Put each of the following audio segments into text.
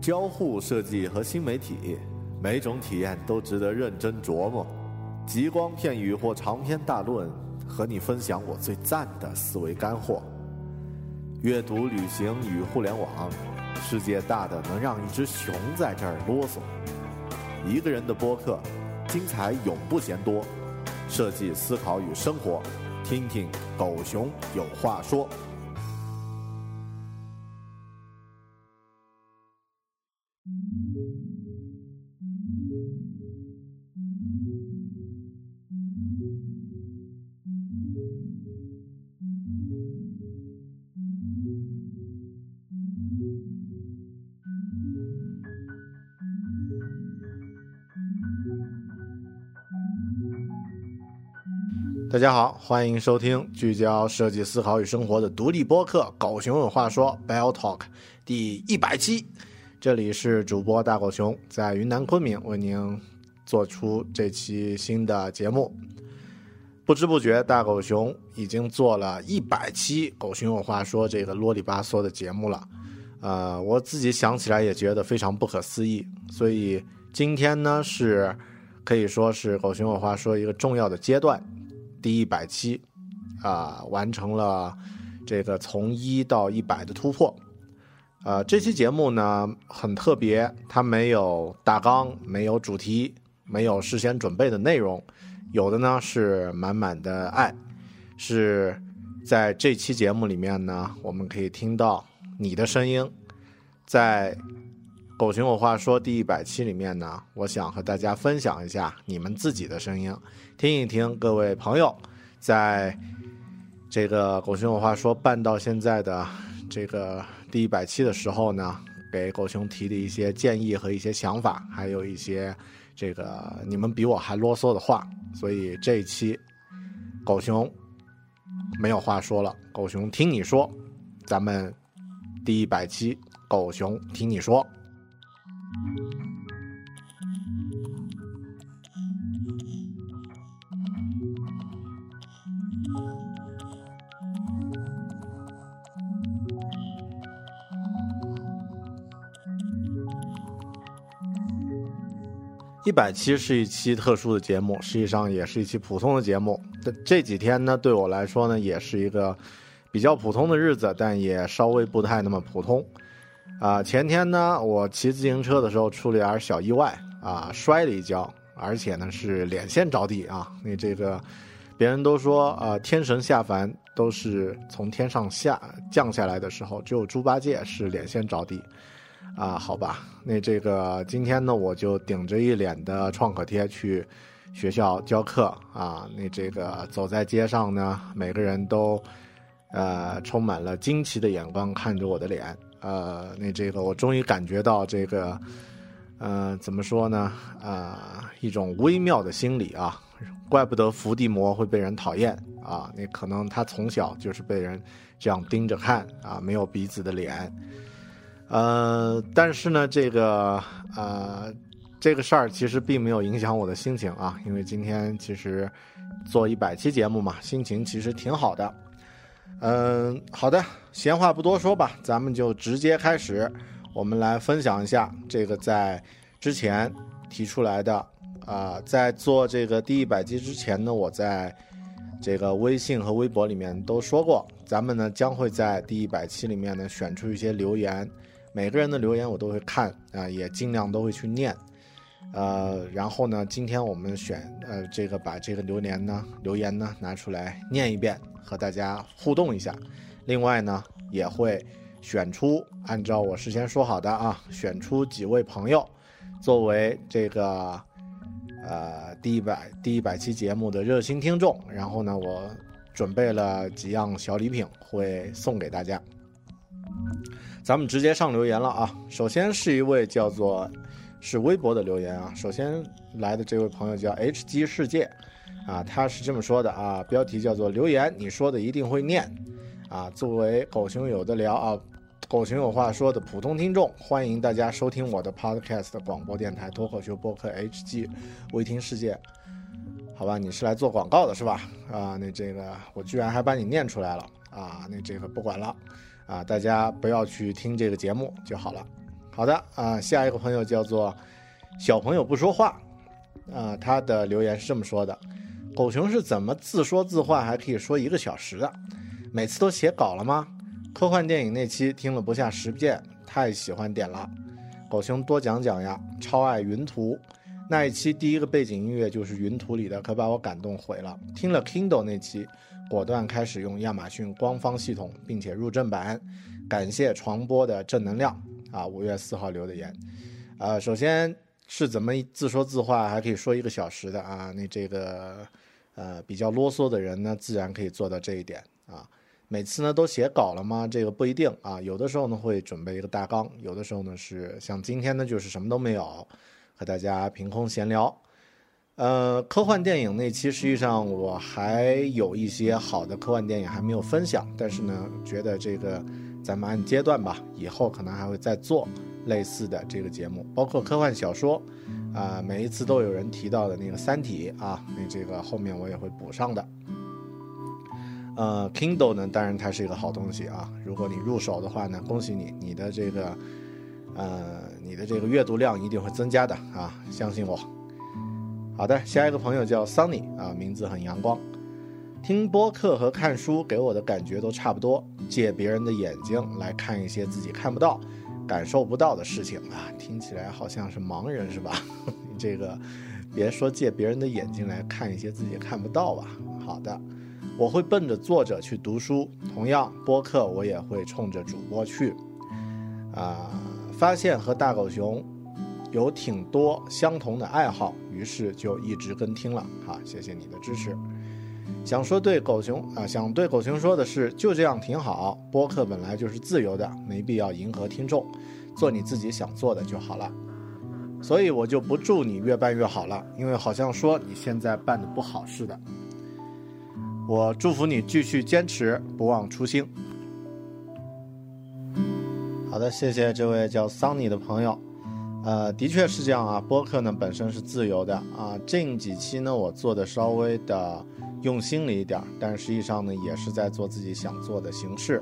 交互设计和新媒体，每种体验都值得认真琢磨。极光片语或长篇大论，和你分享我最赞的思维干货。阅读、旅行与互联网，世界大的能让一只熊在这儿啰嗦。一个人的播客，精彩永不嫌多。设计、思考与生活，听听狗熊有话说。大家好，欢迎收听聚焦设计思考与生活的独立播客狗熊有话说 Bell Talk 第100期。这里是主播大狗熊，在云南昆明为您做出这期新的节目。不知不觉大狗熊已经做了100期狗熊有话说这个啰里吧嗦的节目了。我自己想起来也觉得非常不可思议，所以今天呢是可以说是狗熊有话说一个重要的阶段，第100期完成了这个从1到100的突破。这期节目呢很特别，它没有大纲，没有主题，没有事先准备的内容，有的呢是满满的爱。是在这期节目里面呢，我们可以听到你的声音。在狗熊有话说第100期里面呢，我想和大家分享一下你们自己的声音，听一听各位朋友在这个狗熊有话说办到现在的这个第100期的时候呢，给狗熊提的一些建议和一些想法，还有一些这个你们比我还啰嗦的话。所以这一期狗熊没有话说了，狗熊听你说，咱们第100期狗熊听你说。100期是一期特殊的节目，实际上也是一期普通的节目。这几天呢，对我来说呢，也是一个比较普通的日子，但也稍微不太那么普通。前天呢，我骑自行车的时候出了点小意外摔了一跤，而且呢是脸先着地啊。那这个别人都说天神下凡都是从天上降下来的时候，只有猪八戒是脸先着地。好吧，那这个今天呢，我就顶着一脸的创可贴去学校教课那这个走在街上呢，每个人都充满了惊奇的眼光看着我的脸。那这个我终于感觉到这个怎么说呢一种微妙的心理怪不得伏地魔会被人讨厌那可能他从小就是被人这样盯着看没有鼻子的脸。但是呢，这个事儿其实并没有影响我的心情因为今天其实做100期节目嘛，心情其实挺好的。好的，闲话不多说吧，咱们就直接开始。我们来分享一下这个在之前提出来的在做这个第100期之前呢，我在这个微信和微博里面都说过，咱们呢将会在第100期里面呢选出一些留言，每个人的留言我都会看也尽量都会去念。然后呢，今天我们这个把这个留言呢拿出来念一遍，和大家互动一下。另外呢，也会选出按照我事先说好的选出几位朋友作为这个第100期节目的热心听众，然后呢，我准备了几样小礼品会送给大家。咱们直接上留言了首先是一位是微博的留言首先来的这位朋友叫 HG 世界他是这么说的标题叫做留言你说的一定会念作为狗熊有的聊狗熊有话说的普通听众，欢迎大家收听我的 podcast 广播电台脱口秀播客 HG 微听世界。好吧，你是来做广告的是吧那这个我居然还把你念出来了那这个不管了大家不要去听这个节目就好了。 好的啊，下一个朋友叫做小朋友不说话啊，他的留言是这么说的：狗熊是怎么自说自话还可以说1个小时的？每次都写稿了吗？科幻电影那期听了不下10遍，太喜欢点了。狗熊多讲讲呀，超爱云图。那一期第一个背景音乐就是云图里的，可把我感动毁了。听了 Kindle 那期，果断开始用亚马逊官方系统，并且入正版。感谢传播的正能量啊！5月4号留的言。首先是怎么自说自话还可以说1个小时的啊？那这个比较啰嗦的人呢，自然可以做到这一点啊。每次呢都写稿了吗？这个不一定啊。有的时候呢会准备一个大纲，有的时候呢是像今天呢就是什么都没有。和大家凭空闲聊。科幻电影那期实际上我还有一些好的科幻电影还没有分享，但是呢觉得这个咱们按阶段吧，以后可能还会再做类似的这个节目，包括科幻小说每一次都有人提到的那个三体啊，那这个后面我也会补上的。Kindle 呢当然它是一个好东西啊，如果你入手的话呢，恭喜你，你的这个阅读量一定会增加的啊，相信我。好的，下一个朋友叫 Sunny 啊，名字很阳光。听播客和看书给我的感觉都差不多，借别人的眼睛来看一些自己看不到、感受不到的事情啊，听起来好像是盲人是吧？这个别说借别人的眼睛来看一些自己看不到吧。好的，我会奔着作者去读书，同样播客我也会冲着主播去发现和大狗熊有挺多相同的爱好，于是就一直跟听了啊，谢谢你的支持。想对狗熊说的是，就这样挺好，播客本来就是自由的，没必要迎合听众，做你自己想做的就好了。所以我就不祝你越办越好了，因为好像说你现在办的不好似的。我祝福你继续坚持，不忘初心。好的，谢谢这位叫 Sunny 的朋友。的确是这样啊，播客呢本身是自由的啊。近几期呢我做的稍微的用心了一点，但是实际上呢也是在做自己想做的形式。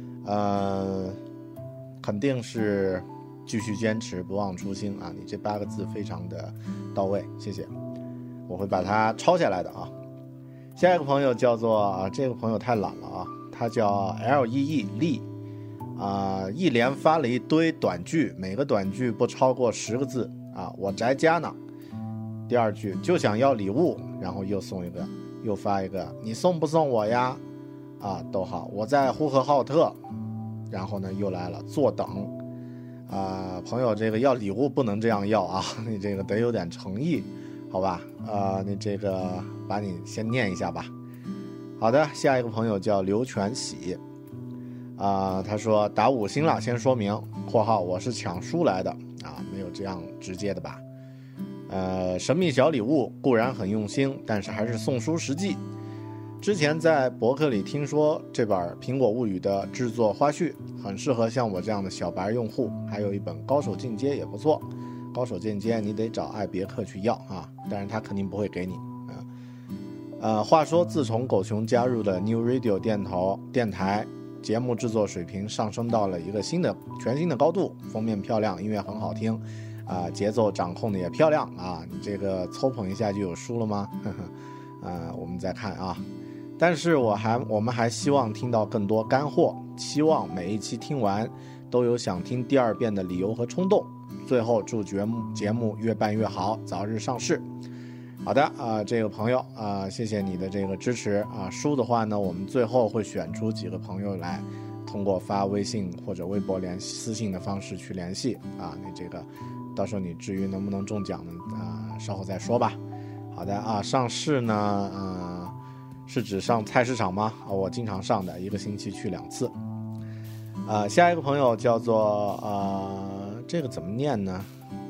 肯定是继续坚持，不忘初心啊。你这8个字非常的到位，谢谢，我会把它抄下来的啊。下一个朋友叫做这个朋友太懒了啊，他叫 LEE 力。一连发了一堆短句，每个短句不超过10个字啊。我宅家呢，第2句就想要礼物，然后又发一个你送不送我呀？逗号，我在呼和浩特，然后呢又来了坐等朋友，这个要礼物不能这样要啊，你这个得有点诚意，好吧？你这个把你先念一下吧。好的，下一个朋友叫刘全喜。他说打5星了，先说明括号我是抢书来的没有这样直接的吧。神秘小礼物固然很用心，但是还是送书实际。之前在博客里听说这本《苹果物语》的制作花絮很适合像我这样的小白用户，还有一本《高手进阶》也不错。高手进阶你得找爱别克去要但是他肯定不会给你话说自从狗熊加入了 New Radio 电台，节目制作水平上升到了一个全新的高度，封面漂亮，音乐很好听节奏掌控的也漂亮你这个凑捧一下就有书了吗？我们再看但是我们还希望听到更多干货，希望每一期听完都有想听第2遍的理由和冲动。最后祝节目越办越好，早日上市。好的这个朋友谢谢你的这个支持书的话呢，我们最后会选出几个朋友来，通过发微信或者微博私信的方式去联系你这个到时候你至于能不能中奖呢稍后再说吧。好的上市呢是指上菜市场吗？我经常上的，1个星期去2次。下一个朋友叫做这个怎么念呢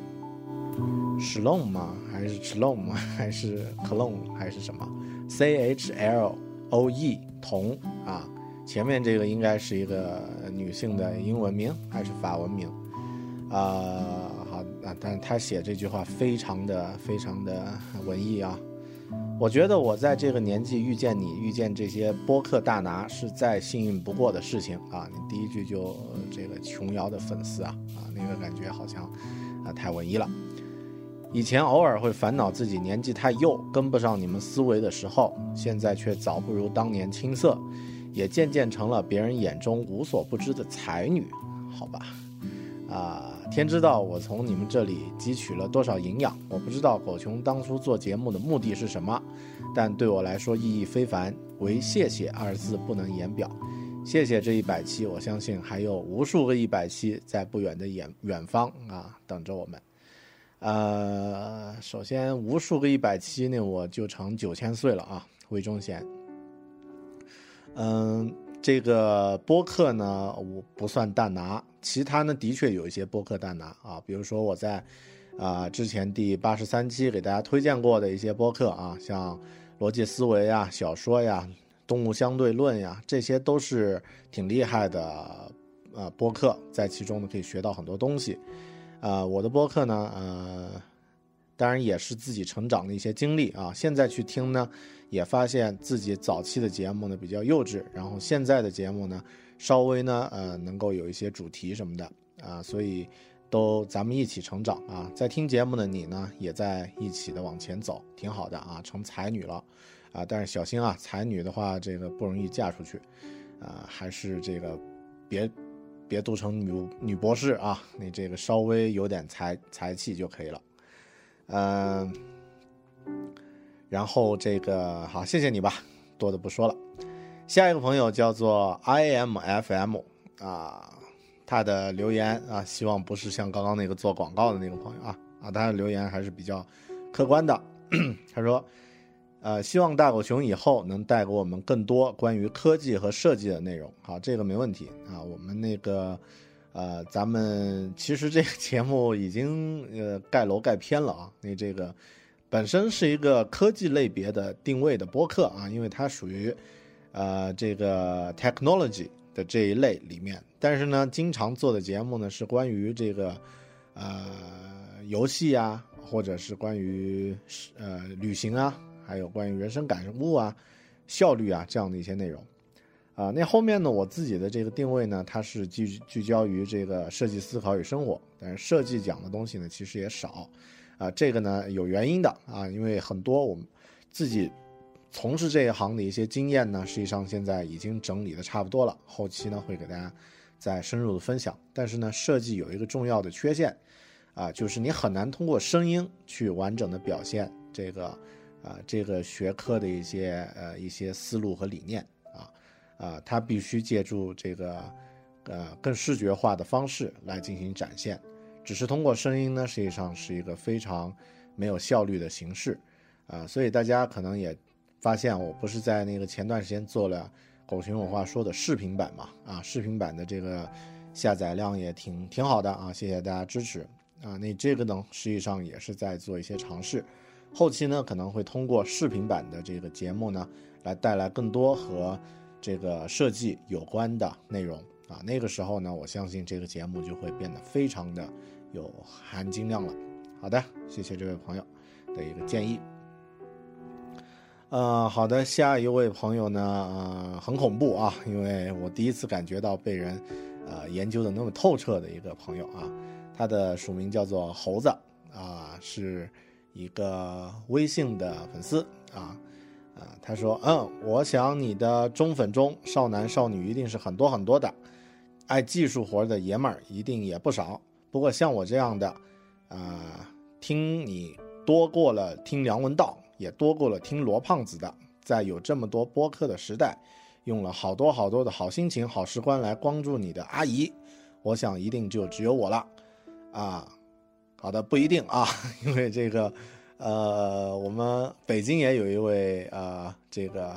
？Shalom 吗？还是 Shalom 吗？还是 Clone 还是什么 ？CHLOE 童前面这个应该是一个女性的英文名还是法文名好但是他写这句话非常的文艺我觉得我在这个年纪遇见你，遇见这些播客大拿是再幸运不过的事情啊！你第一句就这个琼瑶的粉丝那个感觉好像太文艺了。以前偶尔会烦恼自己年纪太幼，跟不上你们思维的时候，现在却早不如当年青涩，也渐渐成了别人眼中无所不知的才女。好吧，天知道我从你们这里汲取了多少营养。我不知道狗熊当初做节目的目的是什么，但对我来说意义非凡，唯谢谢二字不能言表。谢谢这100期，我相信还有无数个100期在不远的远方等着我们。首先无数个100期呢，我就成9000岁了魏忠贤。这个播客呢，我不算大拿，其他呢的确有一些播客大拿比如说我在之前第83期给大家推荐过的一些播客像逻辑思维小说动物相对论这些都是挺厉害的播客，在其中呢可以学到很多东西。我的播客呢当然也是自己成长的一些经历现在去听呢，也发现自己早期的节目呢比较幼稚，然后现在的节目呢稍微呢能够有一些主题什么的所以咱们一起成长在听节目的你呢也在一起的往前走，挺好的成才女了但是小心才女的话这个不容易嫁出去还是这个别读成女博士你这个稍微有点才气就可以了。然后这个好，谢谢你吧，多的不说了。下一个朋友叫做 IMFM 他的留言希望不是像刚刚那个做广告的那个朋友他的留言还是比较客观的。他说希望大狗熊以后能带给我们更多关于科技和设计的内容。好，这个没问题我们那个咱们其实这个节目已经盖楼盖偏了那这个本身是一个科技类别的定位的播客因为它属于这个 technology 的这一类里面，但是呢经常做的节目呢是关于这个游戏或者是关于旅行还有关于人生感悟效率这样的一些内容那后面呢我自己的这个定位呢，它是聚焦于这个设计思考与生活，但是设计讲的东西呢其实也少这个呢有原因的因为很多我们自己从事这一行的一些经验呢，实际上现在已经整理的差不多了，后期呢会给大家再深入的分享。但是呢设计有一个重要的缺陷就是你很难通过声音去完整的表现这个学科的一些思路和理念它必须借助这个更视觉化的方式来进行展现，只是通过声音呢实际上是一个非常没有效率的形式所以大家可能也发现我不是在那个前段时间做了狗熊有话说的视频版嘛视频版的这个下载量也挺好的谢谢大家支持那这个呢实际上也是在做一些尝试，后期呢可能会通过视频版的这个节目呢来带来更多和这个设计有关的内容那个时候呢我相信这个节目就会变得非常的有含金量了。好的，谢谢这位朋友的一个建议好的，下一位朋友呢很恐怖因为我第一次感觉到被人研究的那么透彻的一个朋友他的署名叫做猴子是一个微信的粉丝他说我想你的中粉中少男少女一定是很多很多的，爱技术活的爷们儿一定也不少，不过像我这样的听你多过了听梁文道，也多过了听罗胖子的，在有这么多播客的时代，用了好多好多的好心情好时光来关注你的阿姨，我想一定就只有我了好的，不一定因为这个我们北京也有一位这个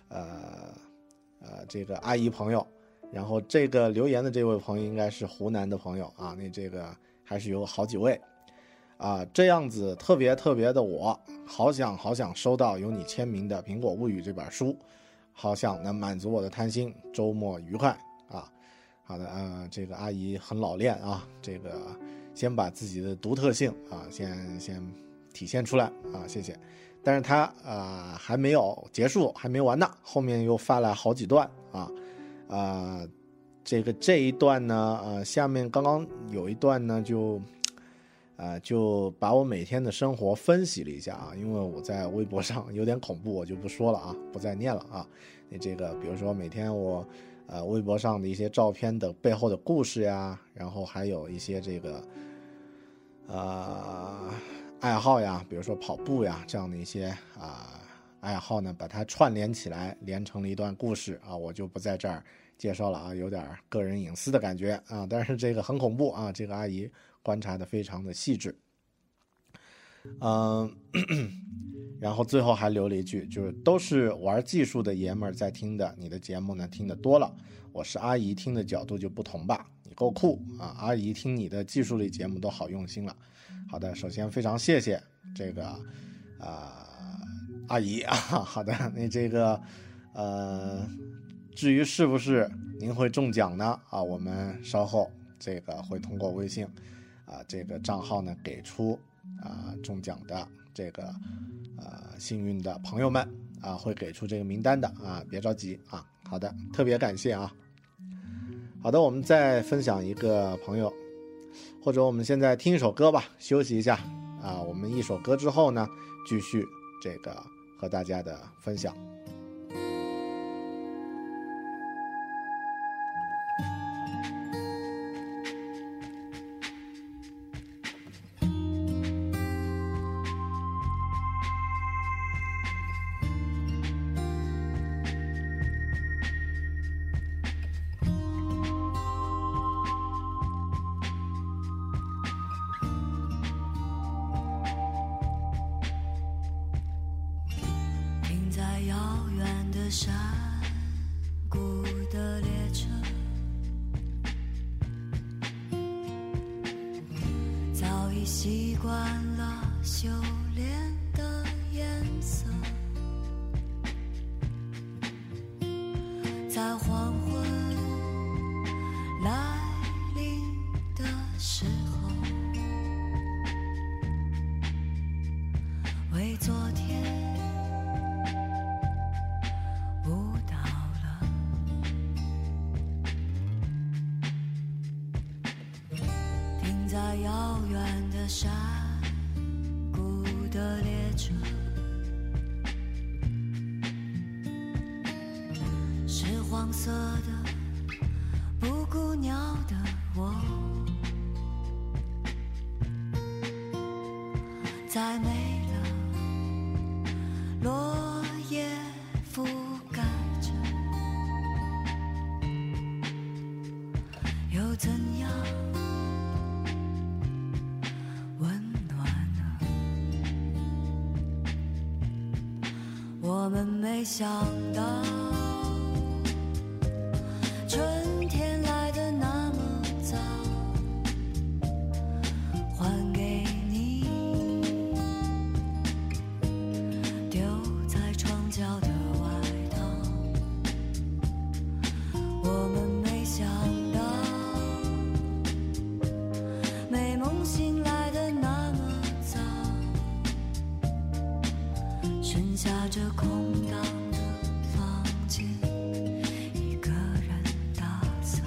阿姨朋友，然后这个留言的这位朋友应该是湖南的朋友那这个还是有好几位这样子特别特别的我好想收到有你签名的《苹果物语》这本书，好想能满足我的贪心，周末愉快好的这个阿姨很老练这个先把自己的独特性先体现出来谢谢。 但是它还没有结束，还没完呢，后面又发了好几段啊。这一段呢，下面刚刚有一段呢，就把我每天的生活分析了一下啊，因为我在微博上有点恐怖，我就不说了啊，不再念了啊。这个比如说每天我微博上的一些照片的背后的故事呀，然后还有一些这个爱好呀，比如说跑步呀这样的一些爱好呢，把它串联起来，连成了一段故事啊，我就不在这儿介绍了啊，有点个人隐私的感觉啊，但是这个很恐怖啊，这个阿姨观察的非常的细致。然后最后还留了一句，就是都是玩技术的爷们儿在听的，你的节目呢听得多了，我是阿姨，听的角度就不同吧，你够酷啊，阿姨听你的技术类节目都好用心了。好的，首先非常谢谢这个阿姨啊，好的，那这个至于是不是您会中奖呢啊，我们稍后这个会通过微信这个账号呢给出中奖的这个幸运的朋友们会给出这个名单的别着急啊。好的，特别感谢啊。好的，我们再分享一个朋友，或者我们现在听一首歌吧，休息一下我们一首歌之后呢，继续这个和大家的分享。 山谷的列车，早已习惯了修炼的颜色，在黄昏来临的时候，为昨天在遥远的山谷的列车，是黄色的布谷鸟的窝，在没了落叶覆盖着，又怎样我们没想到春天来得那么早，还给你丢在床角的外套。我们没想到美梦醒来得那么早，剩下这空荡的房间，一个人打扫。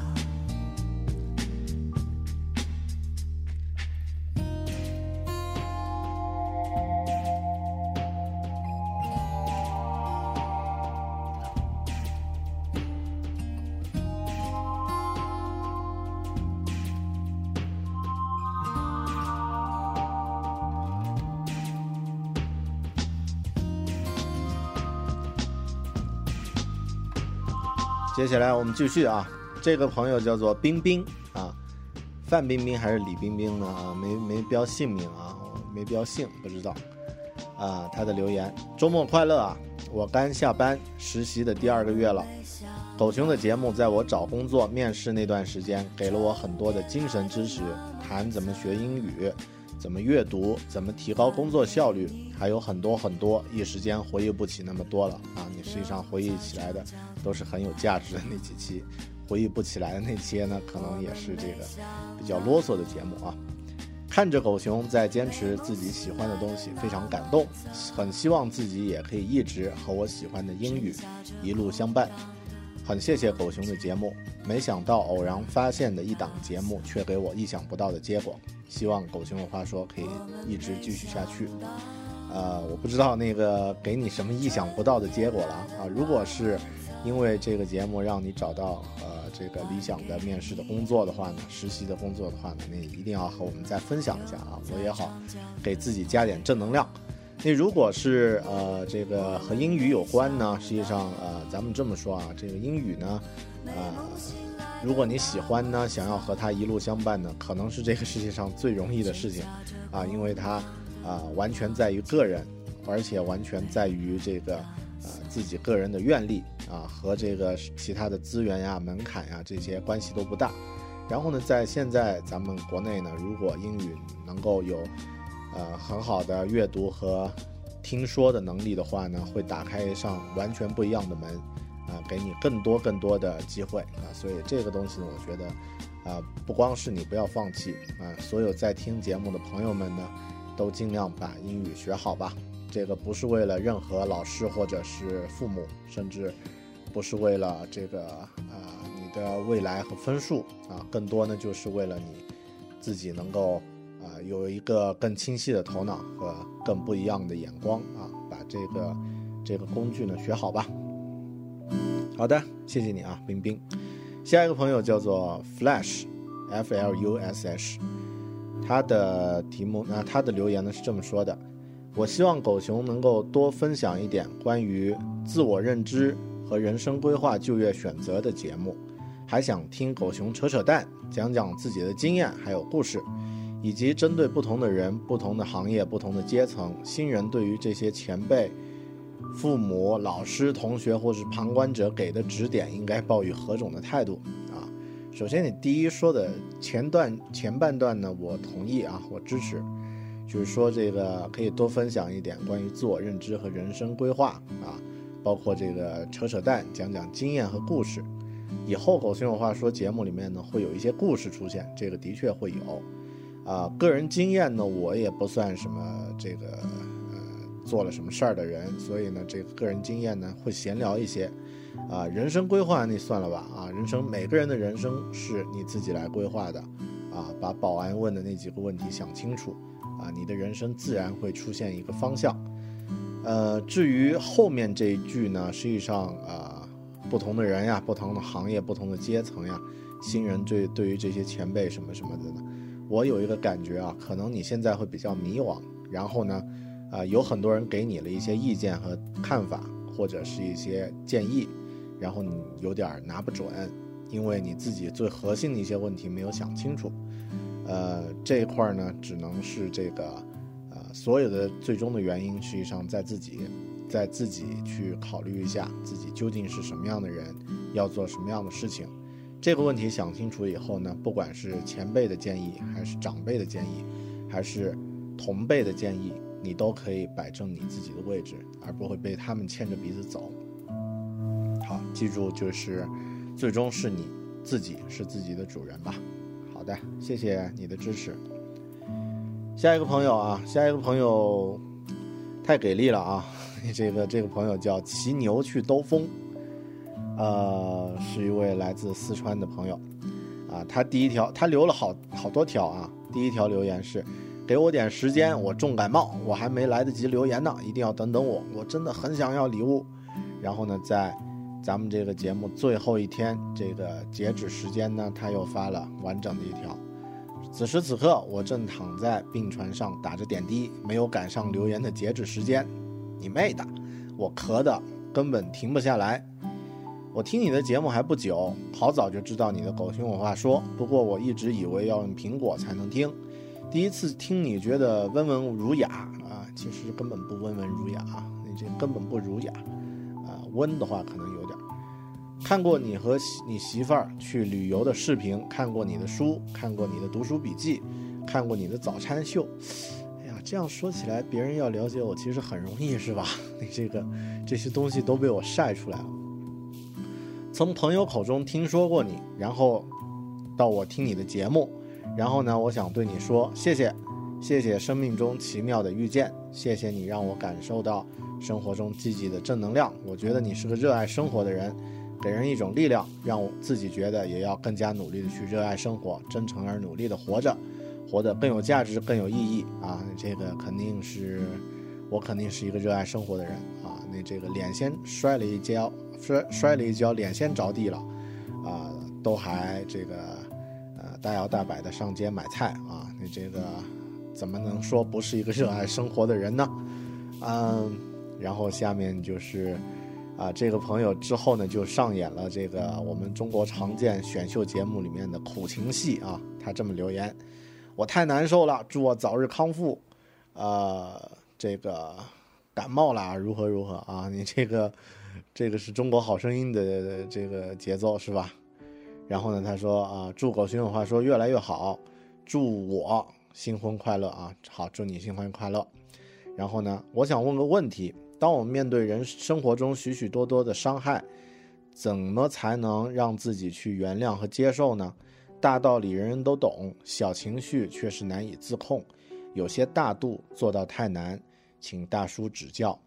接下来我们继续啊，这个朋友叫做冰冰范冰冰还是李冰冰呢没标姓名没标姓不知道他的留言：周末快乐啊！我刚下班实习的第2个月了，狗熊的节目在我找工作面试那段时间给了我很多的精神支持，谈怎么学英语，怎么阅读，怎么提高工作效率，还有很多很多，一时间回忆不起那么多了你实际上回忆起来的都是很有价值的那几期，回忆不起来的那些呢，可能也是这个比较啰嗦的节目看着狗熊在坚持自己喜欢的东西，非常感动，很希望自己也可以一直和我喜欢的英语一路相伴。很谢谢狗熊的节目，没想到偶然发现的一档节目却给我意想不到的结果，希望狗熊有话说可以一直继续下去。我不知道那个给你什么意想不到的结果了啊！如果是因为这个节目让你找到这个理想的面试的工作的话呢，实习的工作的话呢，那一定要和我们再分享一下啊，我也好给自己加点正能量。那如果是这个和英语有关呢，实际上咱们这么说啊，这个英语呢如果你喜欢呢，想要和它一路相伴呢，可能是这个世界上最容易的事情啊，因为它完全在于个人，而且完全在于这个自己个人的愿力啊，和这个其他的资源呀、门槛呀这些关系都不大。然后呢，在现在咱们国内呢，如果英语能够有很好的阅读和听说的能力的话呢，会打开上完全不一样的门给你更多的机会啊。所以这个东西呢，我觉得不光是你不要放弃所有在听节目的朋友们呢，都尽量把英语学好吧。这个不是为了任何老师或者是父母，甚至不是为了这个你的未来和分数更多呢就是为了你自己能够有一个更清晰的头脑和更不一样的眼光把这个工具呢学好吧。好的，谢谢你啊，冰冰。下一个朋友叫做 Flash FLUSH， 他的题目他的留言呢是这么说的：我希望狗熊能够多分享一点关于自我认知和人生规划就业选择的节目，还想听狗熊扯扯淡，讲讲自己的经验还有故事，以及针对不同的人、不同的行业、不同的阶层，新人对于这些前辈、父母、老师、同学或是旁观者给的指点应该抱以何种的态度首先你第一说的前半段呢，我同意我支持，就是说这个可以多分享一点关于自我认知和人生规划包括这个扯扯淡，讲讲经验和故事。以后狗熊有话说节目里面呢会有一些故事出现，这个的确会有个人经验呢我也不算什么这个做了什么事儿的人，所以呢这个个人经验呢会闲聊一些人生规划那算了吧每个人的人生是你自己来规划的把保安问的那几个问题想清楚你的人生自然会出现一个方向。至于后面这一句呢，实际上不同的人呀，不同的行业，不同的阶层呀，新人对于这些前辈什么什么的呢，我有一个感觉可能你现在会比较迷惘，然后呢有很多人给你了一些意见和看法，或者是一些建议，然后你有点拿不准，因为你自己最核心的一些问题没有想清楚。这一块呢只能是这个所有的最终的原因实际上在自己去考虑一下自己究竟是什么样的人，要做什么样的事情。这个问题想清楚以后呢，不管是前辈的建议还是长辈的建议还是同辈的建议，你都可以摆正你自己的位置，而不会被他们牵着鼻子走。好，记住就是最终是你自己是自己的主人吧。好的，谢谢你的支持。下一个朋友太给力了这个朋友叫骑牛去兜风，是一位来自四川的朋友他第一条他留了好多条第一条留言是给我点时间，我重感冒，我还没来得及留言呢，一定要等等我真的很想要礼物。然后呢在咱们这个节目最后一天这个截止时间呢，他又发了完整的一条：此时此刻我正躺在病床上打着点滴，没有赶上留言的截止时间，你妹的，我咳的根本停不下来。我听你的节目还不久，好早就知道你的狗熊有话说，不过我一直以为要用苹果才能听，第一次听你觉得温文儒雅其实根本不温文儒雅你这根本不儒雅温的话可能有点。看过你和你媳妇儿去旅游的视频，看过你的书，看过你的读书笔记，看过你的早餐秀。哎呀，这样说起来别人要了解我其实很容易是吧？你这些东西都被我晒出来了。从朋友口中听说过你，然后到我听你的节目， 然后呢，我想对你说谢谢，谢谢生命中奇妙的遇见，谢谢你让我感受到生活中积极的正能量。我觉得你是个热爱生活的人，给人一种力量，让我自己觉得也要更加努力的去热爱生活，真诚而努力的活着，活得更有价值，更有意义啊！这个我肯定是一个热爱生活的人啊！那这个脸先摔了一跤，脸先着地了啊，都还这个大摇大摆的上街买菜啊！那这个怎么能说不是一个热爱生活的人呢？然后下面就是这个朋友之后呢就上演了这个我们中国常见选秀节目里面的苦情戏啊！他这么留言：我太难受了，祝我早日康复。这个感冒啦，如何啊？你这个是中国好声音的这个节奏是吧？然后呢，他说祝狗熊有话说越来越好，祝我新婚快乐啊！好，祝你新婚快乐。然后呢，我想问个问题：当我们面对人生活中许许多多的伤害，怎么才能让自己去原谅和接受呢？大道理人人都懂，小情绪却是难以自控，有些大度做到太难，请大叔指教。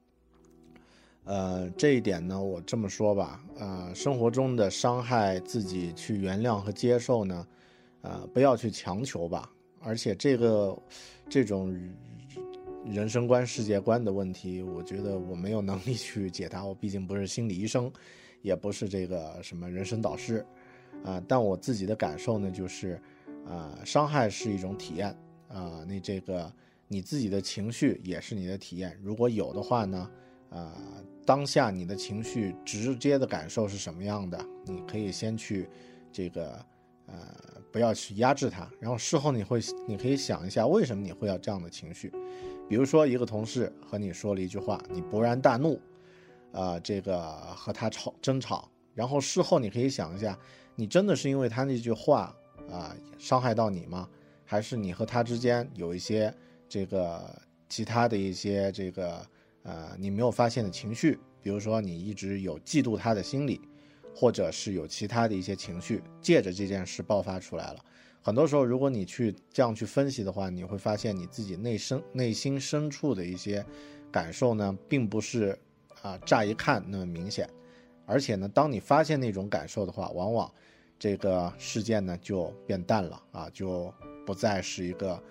这一点呢，我这么说吧，生活中的伤害自己去原谅和接受呢，不要去强求吧。而且这种人生观、世界观的问题，我觉得我没有能力去解答。我毕竟不是心理医生，也不是这个什么人生导师，但我自己的感受呢，就是伤害是一种体验那这个你自己的情绪也是你的体验。如果有的话呢，当下你的情绪直接的感受是什么样的，你可以先去这个不要去压制它，然后事后你可以想一下为什么你会有这样的情绪。比如说一个同事和你说了一句话，你勃然大怒，这个和他争吵，然后事后你可以想一下，你真的是因为他那句话伤害到你吗？还是你和他之间有一些这个其他的一些这个你没有发现的情绪，比如说你一直有嫉妒他的心理，或者是有其他的一些情绪借着这件事爆发出来了。很多时候如果你这样去分析的话，你会发现你自己内心深处的一些感受呢，并不是乍一看那么明显。而且呢，当你发现那种感受的话，往往这个事件呢就变淡了就不再是一个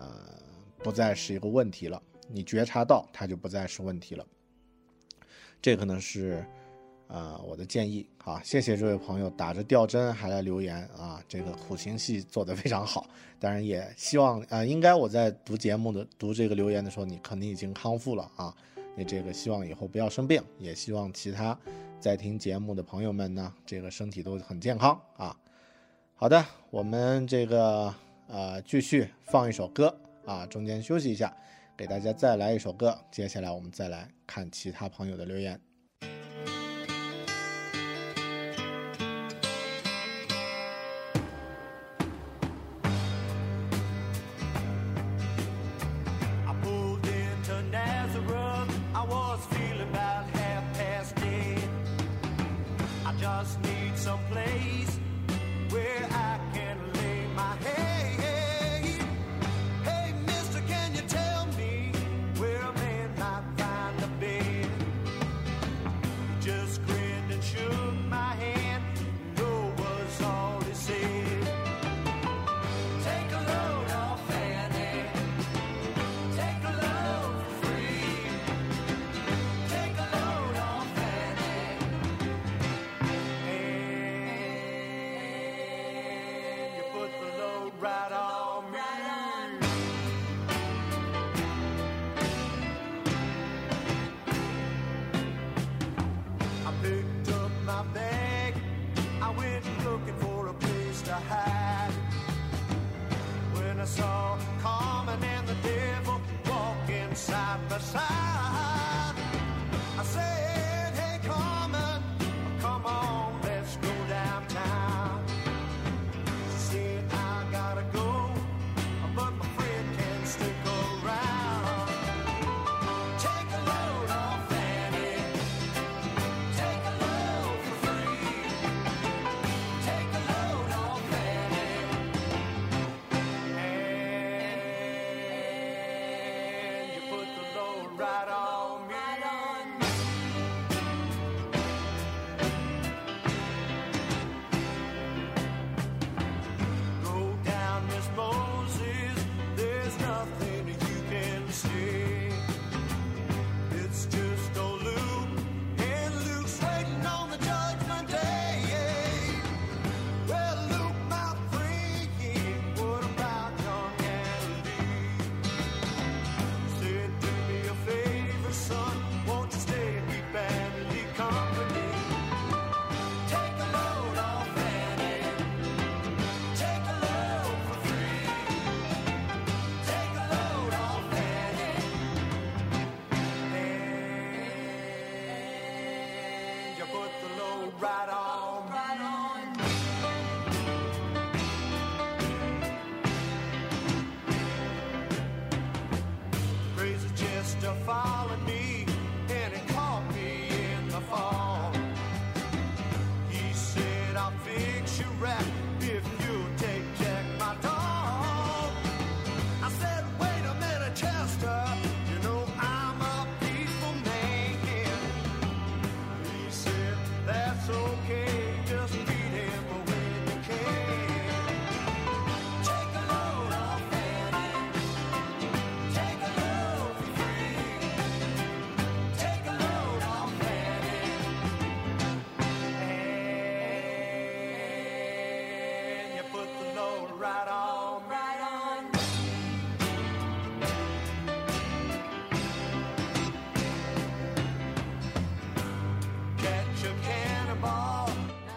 问题了，你觉察到它就不再是问题了。这可能是我的建议。好，谢谢这位朋友打着吊针还来留言这个苦情戏做得非常好。当然也希望应该我在读这个留言的时候，你肯定已经康复了你这个希望以后不要生病，也希望其他在听节目的朋友们呢，这个身体都很健康好的，我们这个继续放一首歌中间休息一下，给大家再来一首歌，接下来我们再来看其他朋友的留言。 Just need some place where I can lay my head. Hey, mister, can you tell me where a man might find a bed?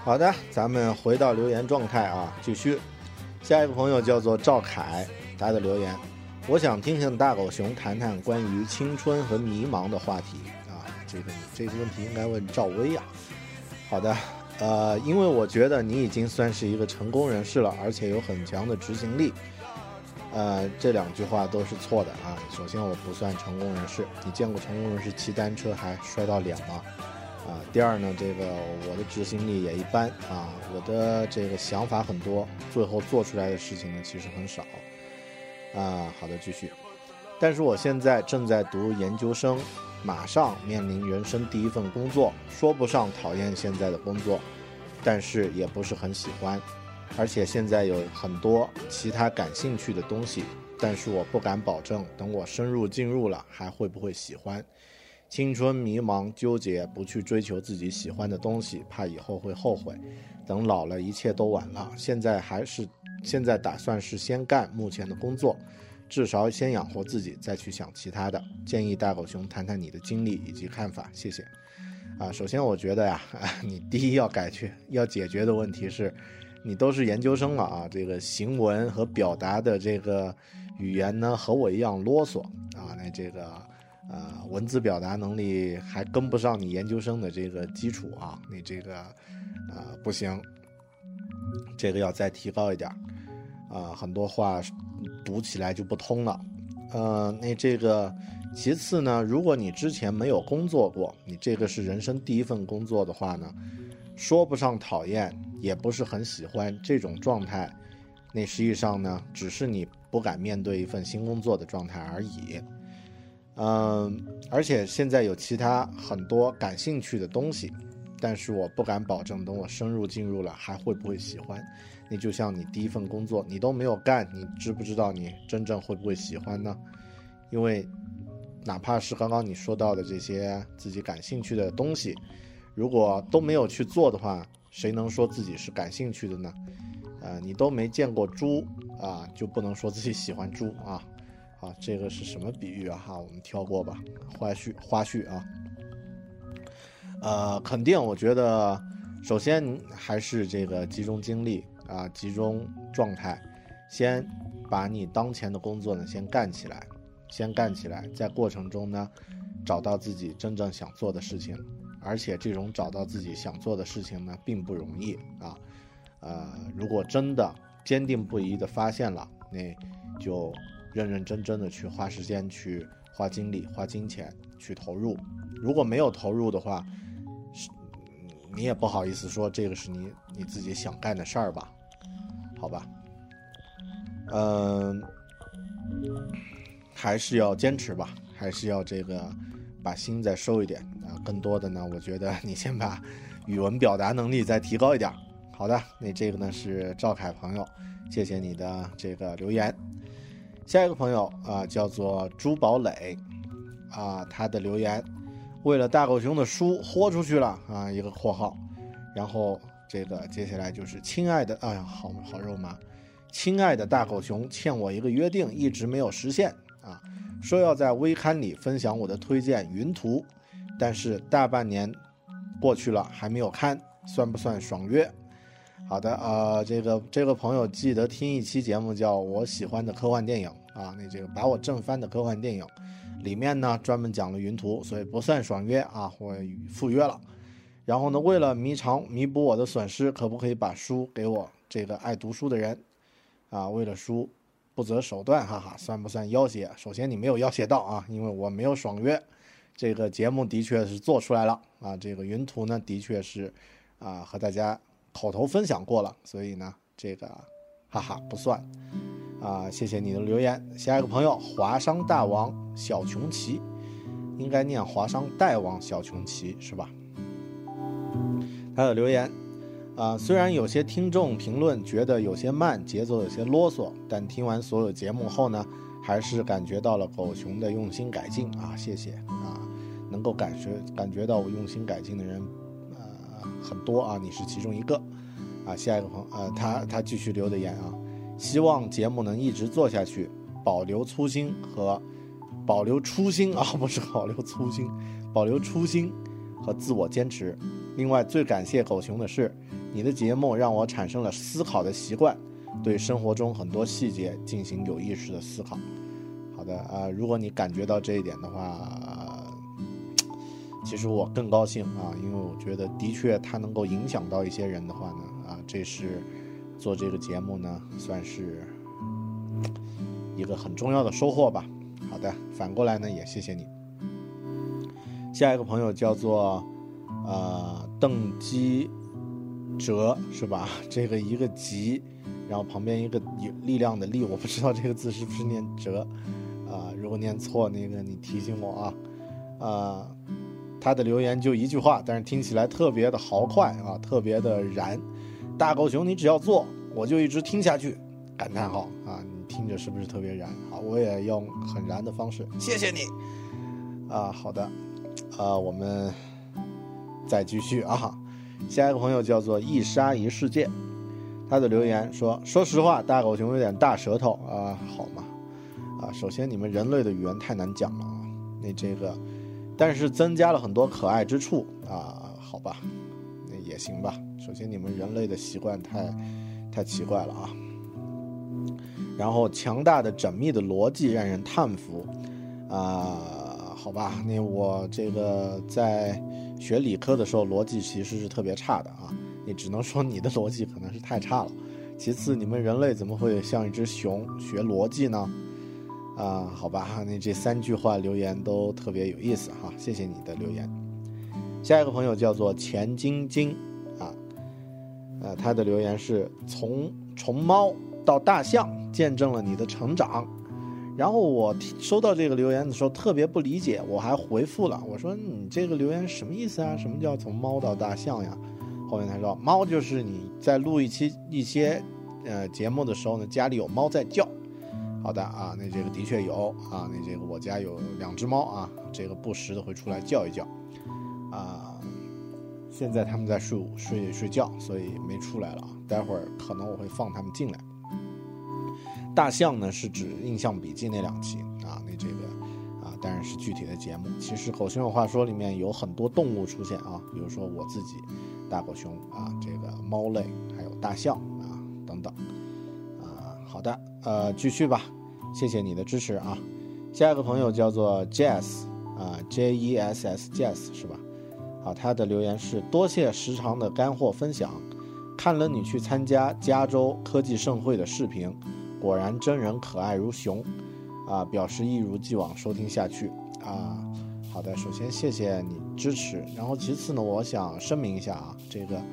好的，咱们回到留言状态啊，继续。下一个朋友叫做赵凯，他的留言：我想听听大狗熊谈谈关于青春和迷茫的话题啊。这个问题应该问赵薇啊。好的，因为我觉得你已经算是一个成功人士了，而且有很强的执行力。这2句话都是错的啊。首先，我不算成功人士，你见过成功人士骑单车还摔到脸吗？第二呢，这个我的执行力也一般啊，我的这个想法很多，最后做出来的事情呢其实很少啊。好的，继续。但是我现在正在读研究生，马上面临人生第一份工作，说不上讨厌现在的工作，但是也不是很喜欢，而且现在有很多其他感兴趣的东西，但是我不敢保证等我深入进入了还会不会喜欢。青春迷茫纠结，不去追求自己喜欢的东西，怕以后会后悔，等老了一切都晚了。现在打算是先干目前的工作，至少先养活自己，再去想其他的。建议大狗熊谈谈你的经历以及看法，谢谢。首先我觉得呀，你第一要解决的问题是，你都是研究生了啊，这个行文和表达的这个语言呢和我一样啰嗦啊，那这个文字表达能力还跟不上你研究生的这个基础啊，你这个不行，这个要再提高一点很多话读起来就不通了。那这个其次呢，如果你之前没有工作过，你这个是人生第一份工作的话呢，说不上讨厌，也不是很喜欢这种状态，那实际上呢，只是你不敢面对一份新工作的状态而已。而且现在有其他很多感兴趣的东西，但是我不敢保证等我深入进入了还会不会喜欢。那就像你第一份工作你都没有干，你知不知道你真正会不会喜欢呢？因为哪怕是刚刚你说到的这些自己感兴趣的东西，如果都没有去做的话，谁能说自己是感兴趣的呢？你都没见过猪啊，就不能说自己喜欢猪啊。这个是什么比喻啊？我们跳过吧，花絮啊。肯定我觉得首先还是这个集中精力集中状态，先把你当前的工作呢先干起来，在过程中呢找到自己真正想做的事情，而且这种找到自己想做的事情呢并不容易如果真的坚定不移的发现了，那就认认真真的去花时间，去花精力花金钱去投入。如果没有投入的话，你也不好意思说这个是你自己想干的事儿吧，好吧。还是要坚持吧，还是要这个把心再收一点更多的呢，我觉得你先把语文表达能力再提高一点。好的，那这个呢是赵凯朋友，谢谢你的这个留言。下一个朋友叫做朱宝磊他的留言：为了大狗熊的书豁出去了一个括号，然后这个接下来就是亲爱的，好肉麻，亲爱的大狗熊欠我一个约定，一直没有实现说要在微刊里分享我的推荐云图，但是大半年过去了还没有看，算不算爽约？好的这个朋友记得听一期节目叫我喜欢的科幻电影那这个把我震翻的科幻电影里面呢专门讲了云图，所以不算爽约我赴约了。然后呢，为了弥补我的损失，可不可以把书给我这个爱读书的人为了书不择手段，算不算要挟？首先你没有要挟到因为我没有爽约。这个节目的确是做出来了这个云图呢的确是和大家口头分享过了，所以呢这个不算谢谢你的留言。下一个朋友华商大王小穷奇，应该念华商大王小穷奇是吧？他的留言虽然有些听众评论觉得有些慢，节奏有些啰嗦，但听完所有节目后呢，还是感觉到了狗熊的用心改进谢谢能够感觉到我用心改进的人很多你是其中一个下一个朋友他继续留的言希望节目能一直做下去，保留初心不是保留粗心，保留初心和自我坚持。另外最感谢狗熊的是， 你的节目让我产生了思考的习惯，对生活中很多细节进行有意识的思考。好的如果你感觉到这一点的话，其实我更高兴因为我觉得的确它能够影响到一些人的话呢这是做这个节目呢算是一个很重要的收获吧。好的，反过来呢也谢谢你。下一个朋友叫做邓基哲是吧？这个一个吉，然后旁边一个力量的力，我不知道这个字是不是念哲如果念错那个你提醒我他的留言就一句话，但是听起来特别的豪快特别的燃。大狗熊你只要做我就一直听下去，感叹号你听着是不是特别燃？好，我也用很燃的方式谢谢你好的我们再继续下一个朋友叫做一沙一世界，他的留言说实话大狗熊有点大舌头好吗首先你们人类的语言太难讲了那这个但是增加了很多可爱之处好吧，那也行吧。首先你们人类的习惯太奇怪了然后强大的缜密的逻辑让人叹服好吧，那我这个在学理科的时候逻辑其实是特别差的你只能说你的逻辑可能是太差了。其次你们人类怎么会像一只熊学逻辑呢好吧，那这3句话留言都特别有意思谢谢你的留言。下一个朋友叫做钱晶晶他的留言是从虫猫到大象见证了你的成长。然后我收到这个留言的时候特别不理解，我还回复了，我说你这个留言什么意思什么叫从猫到大象呀？后面他说猫就是你在录一些节目的时候呢，家里有猫在叫。好的那这个的确有那这个我家有2只猫这个不时的会出来叫一叫现在他们在睡觉，所以没出来了待会儿可能我会放他们进来。大象呢是指印象笔记那2期那这个当然是具体的节目。其实狗熊有话说里面有很多动物出现比如说我自己大狗熊这个猫类还有大象等等好的继续吧，谢谢你的支持下一个朋友叫做 Jess Jess Jess 是吧？好，他的留言是多谢时长的干货分享，看了你去参加加州科技盛会的视频，果然真人可爱如熊表示一如既往收听下去好的，首先谢谢你支持，然后其次呢我想声明一下这个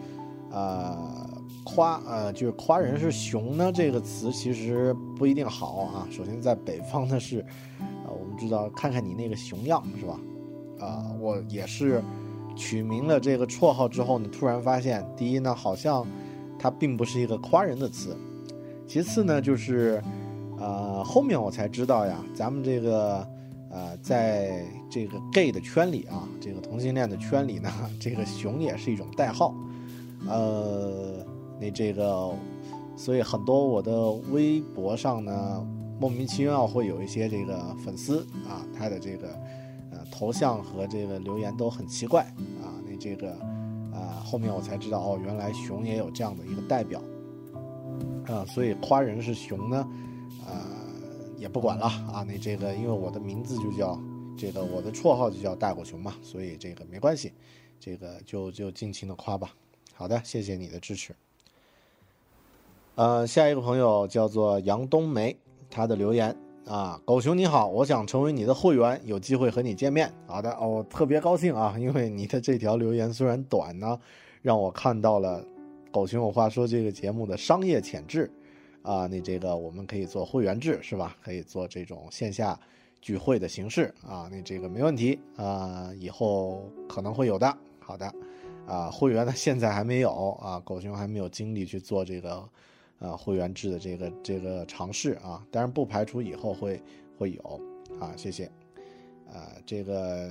就是夸人是熊呢这个词其实不一定好首先在北方呢是我们知道看看你那个熊样是吧我也是取名了这个绰号之后呢，突然发现第一呢好像它并不是一个夸人的词，其次呢就是后面我才知道呀，咱们这个在这个 gay 的圈里这个同性恋的圈里呢，这个熊也是一种代号那这个所以很多我的微博上呢莫名其妙会有一些这个粉丝他的这个头像和这个留言都很奇怪那这个后面我才知道原来熊也有这样的一个代表所以夸人是熊呢也不管了那这个因为我的名字就叫这个我的绰号就叫大狗熊嘛，所以这个没关系，这个就尽情的夸吧。好的，谢谢你的支持。下一个朋友叫做杨冬梅，他的留言狗熊你好，我想成为你的会员，有机会和你见面。好的我特别高兴因为你的这条留言虽然短呢，让我看到了狗熊有话说这个节目的商业潜质那这个我们可以做会员制是吧？可以做这种线下聚会的形式那这个没问题以后可能会有的。好的会员呢现在还没有狗熊还没有精力去做这个会员制的这个尝试当然不排除以后会有谢谢这个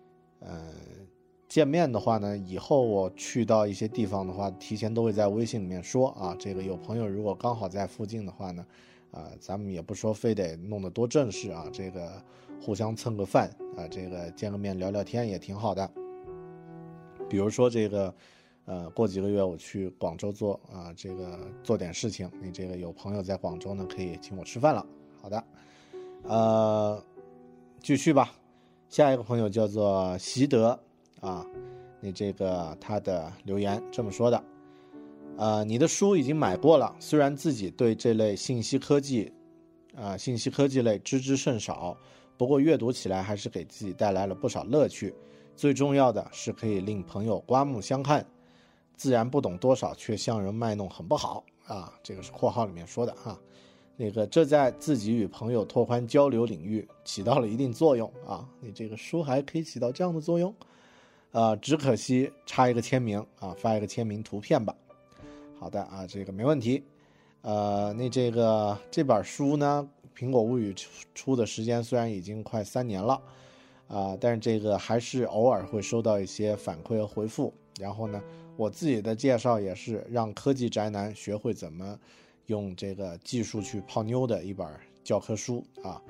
见面的话呢，以后我去到一些地方的话，提前都会在微信里面说这个有朋友如果刚好在附近的话呢咱们也不说非得弄得多正式这个互相蹭个饭这个见个面聊聊天也挺好的。比如说这个过几个月我去广州做点事情，你这个有朋友在广州呢，可以请我吃饭了。好的，继续吧。下一个朋友叫做习德啊，你这个他的留言这么说的，你的书已经买过了，虽然自己对这类信息科技类知之甚少，不过阅读起来还是给自己带来了不少乐趣。最重要的是可以令朋友刮目相看，自然不懂多少却向人卖弄很不好啊，这个是括号里面说的啊。这在自己与朋友拓宽交流领域起到了一定作用啊，你这个书还可以起到这样的作用，只可惜差一个签名啊，发一个签名图片吧。好的啊，这个没问题。这本书呢，苹果物语出的时间虽然已经快3年了但是这个还是偶尔会收到一些反馈和回复。然后呢，我自己的介绍也是让科技宅男学会怎么用这个技术去泡妞的一本教科书啊。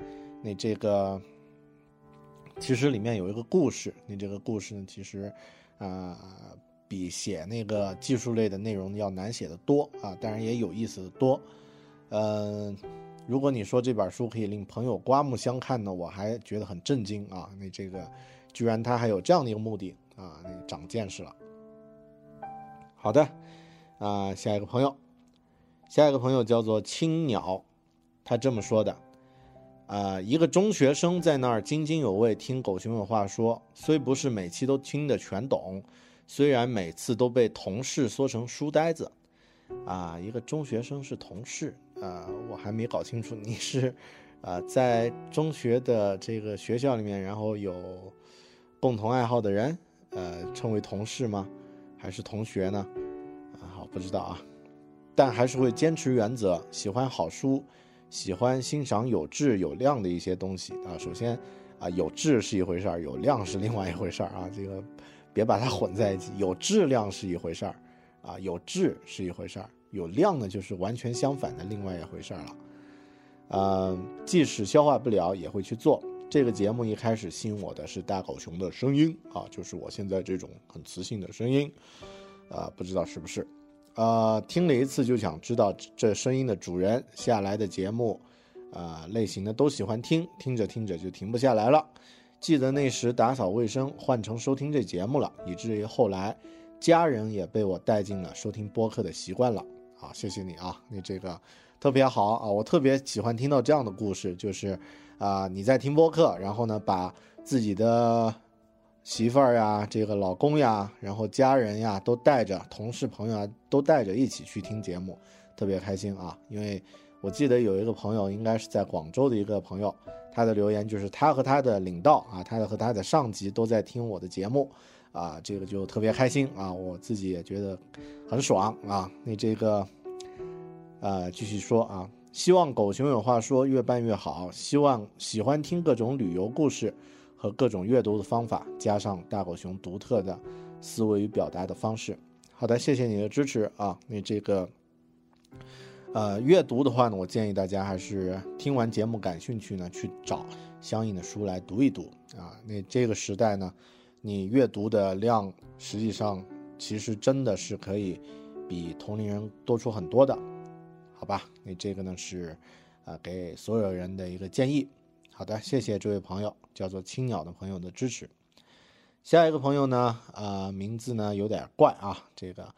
其实里面有一个故事，这个故事呢，其实比写那个技术类的内容要难写得多啊，当然也有意思的多。如果你说这本书可以令朋友刮目相看呢，我还觉得很震惊啊！居然它还有这样的一个目的啊，长见识了。好的，下一个朋友叫做青鸟，他这么说的，一个中学生在那儿津津有味听狗熊有话说，虽不是每期都听得全懂，虽然每次都被同事说成书呆子，一个中学生是同事，我还没搞清楚你是在中学的这个学校里面，然后有共同爱好的人，称为同事吗？还是同学呢？好，不知道啊。但还是会坚持原则，喜欢好书，喜欢欣赏有质有量的一些东西啊。首先有质是一回事儿，有量是另外一回事儿啊。这个别把它混在一起，有质量是一回事儿有质是一回事儿，有量呢就是完全相反的另外一回事儿了。即使消化不了也会去做。这个节目一开始吸引我的是大狗熊的声音就是我现在这种很磁性的声音不知道是不是听了一次就想知道这声音的主人，下来的节目类型的都喜欢听，听着听着就停不下来了。记得那时打扫卫生换成收听这节目了，以至于后来家人也被我带进了收听播客的习惯了谢谢你你这个特别好我特别喜欢听到这样的故事，就是你在听播客，然后呢把自己的媳妇儿呀，这个老公呀，然后家人呀都带着，同事朋友都带着一起去听节目，特别开心因为我记得有一个朋友，应该是在广州的一个朋友，他的留言就是他和他的领导他和他的上级都在听我的节目这个就特别开心我自己也觉得很爽继续说希望狗熊有话说越办越好，希望喜欢听各种旅游故事和各种阅读的方法，加上大狗熊独特的思维与表达的方式。好的，谢谢你的支持阅读的话呢，我建议大家还是听完节目感兴趣呢，去找相应的书来读一读这个时代呢，你阅读的量实际上其实真的是可以比同龄人多出很多的，好吧？这个呢是给所有人的一个建议。好的，谢谢这位朋友，叫做青鸟的朋友的支持。下一个朋友呢，名字呢有点怪这个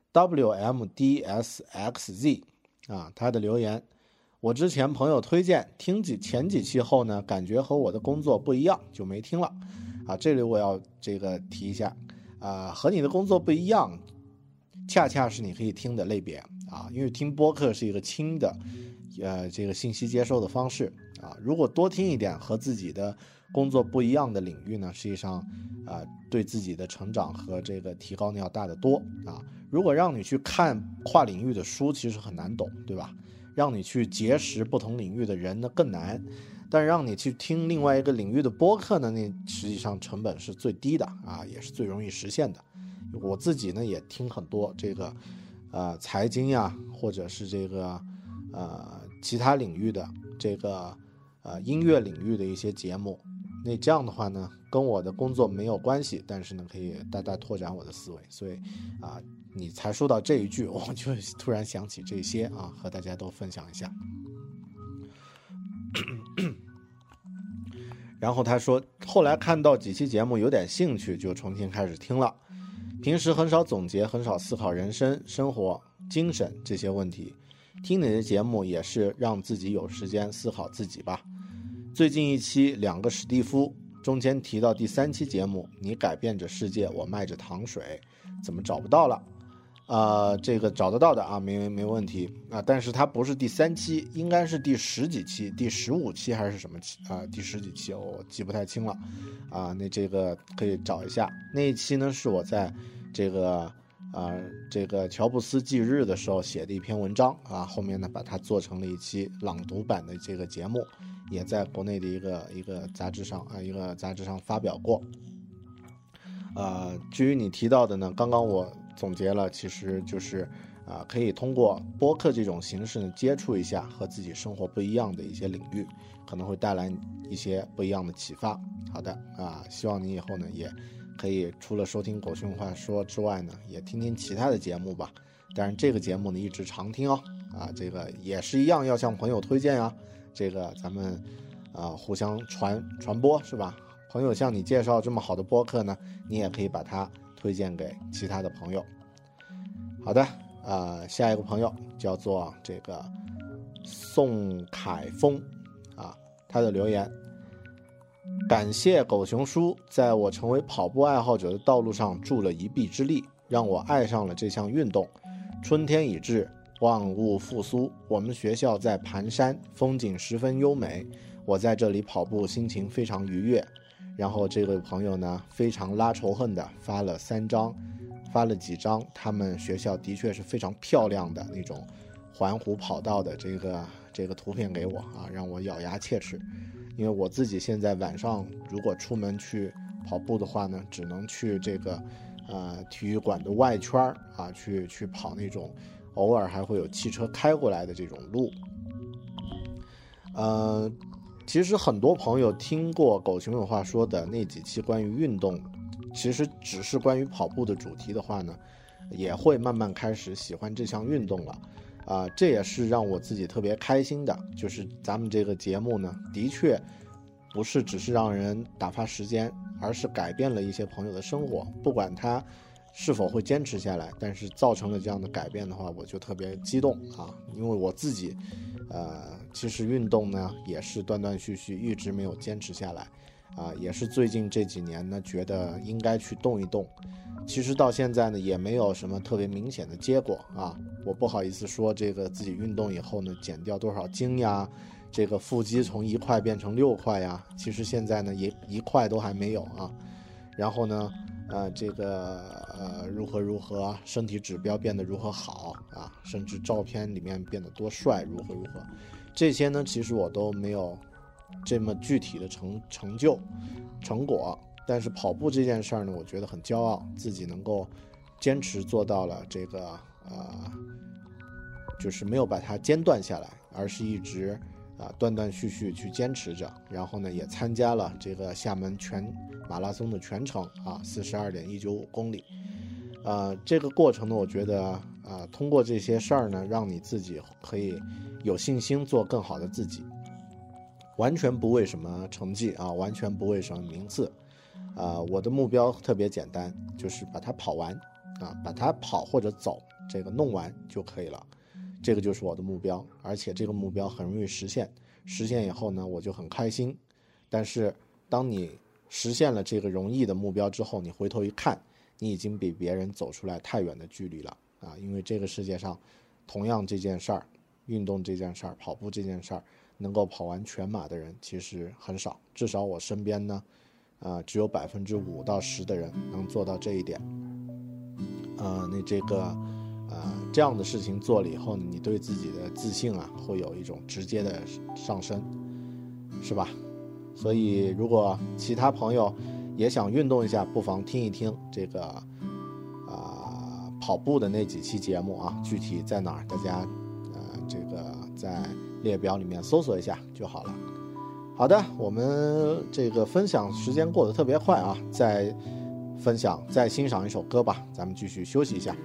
WMDSXZ 他的留言，我之前朋友推荐听前几期后呢，感觉和我的工作不一样，就没听了这里我要这个提一下和你的工作不一样，恰恰是你可以听的类别因为听播客是一个轻的这个信息接收的方式如果多听一点和自己的工作不一样的领域呢，实际上对自己的成长和这个提高呢要大得多如果让你去看跨领域的书，其实很难懂，对吧？让你去结识不同领域的人呢更难，但是让你去听另外一个领域的播客呢，那实际上成本是最低的也是最容易实现的。我自己呢也听很多这个财经呀，或者是这个其他领域的这个音乐领域的一些节目那这样的话呢，跟我的工作没有关系，但是呢，可以大大拓展我的思维。所以你才说到这一句，我就突然想起这些和大家都分享一下。然后他说，后来看到几期节目有点兴趣，就重新开始听了。平时很少总结，很少思考人生、生活、精神这些问题，听你的节目也是让自己有时间思考自己吧。最近一期2个史蒂夫，中间提到第3期节目，你改变着世界，我卖着糖水，怎么找不到了？这个找得到的没问题但是它不是第3期，应该是第10几期，第15期还是什么期第10几期我记不太清了那这个可以找一下。那一期呢是我在这个乔布斯忌日的时候写的一篇文章后面呢把它做成了一期朗读版的这个节目，也在国内的一个杂志上发表过。至于你提到的呢，刚刚我总结了，其实就是可以通过播客这种形式呢，接触一下和自己生活不一样的一些领域，可能会带来一些不一样的启发。好的希望你以后呢也可以除了收听狗熊话说之外呢，也听听其他的节目吧。当然这个节目呢一直常听这个也是一样要向朋友推荐这个咱们互相传播是吧？朋友向你介绍这么好的播客呢，你也可以把它推荐给其他的朋友。好的下一个朋友叫做这个宋凯峰他的留言，感谢狗熊叔在我成为跑步爱好者的道路上助了一臂之力，让我爱上了这项运动。春天已至，万物复苏，我们学校在盘山，风景十分优美，我在这里跑步心情非常愉悦。然后这位朋友呢非常拉仇恨的发了几张他们学校的确是非常漂亮的那种环湖跑道的这个图片给我让我咬牙切齿。因为我自己现在晚上如果出门去跑步的话呢，只能去这个体育馆的外圈去跑那种偶尔还会有汽车开过来的这种路。其实很多朋友听过狗熊有话说的那几期关于运动，其实只是关于跑步的主题的话呢，也会慢慢开始喜欢这项运动了这也是让我自己特别开心的，就是咱们这个节目呢的确不是只是让人打发时间，而是改变了一些朋友的生活。不管他是否会坚持下来，但是造成了这样的改变的话，我就特别激动因为我自己其实运动呢也是断断续续一直没有坚持下来也是最近这几年呢觉得应该去动一动。其实到现在呢也没有什么特别明显的结果我不好意思说这个自己运动以后呢减掉多少斤呀，这个腹肌从1块变成6块呀，其实现在呢也1块都还没有然后呢这个如何身体指标变得如何好甚至照片里面变得多帅如何，这些呢其实我都没有这么具体的成果。但是跑步这件事儿呢，我觉得很骄傲，自己能够坚持做到了这个就是没有把它间断下来，而是一直断断续续去坚持着。然后呢也参加了这个厦门全马拉松的全程42.195公里。这个过程呢我觉得通过这些事儿呢，让你自己可以有信心做更好的自己，完全不为什么成绩完全不为什么名次我的目标特别简单，就是把它跑完把它跑或者走这个弄完就可以了，这个就是我的目标。而且这个目标很容易实现以后呢我就很开心。但是当你实现了这个容易的目标之后，你回头一看，你已经比别人走出来太远的距离了因为这个世界上同样这件事儿，运动这件事儿，跑步这件事儿，能够跑完全马的人其实很少，至少我身边呢只有5%到10%的人能做到这一点。那这个这样的事情做了以后呢，你对自己的自信会有一种直接的上升，是吧？所以如果其他朋友也想运动一下，不妨听一听这个跑步的那几期节目具体在哪儿，大家这个在列表里面搜索一下就好了。 好的，我们这个分享时间过得特别快啊，再欣赏一首歌吧，咱们继续休息一下。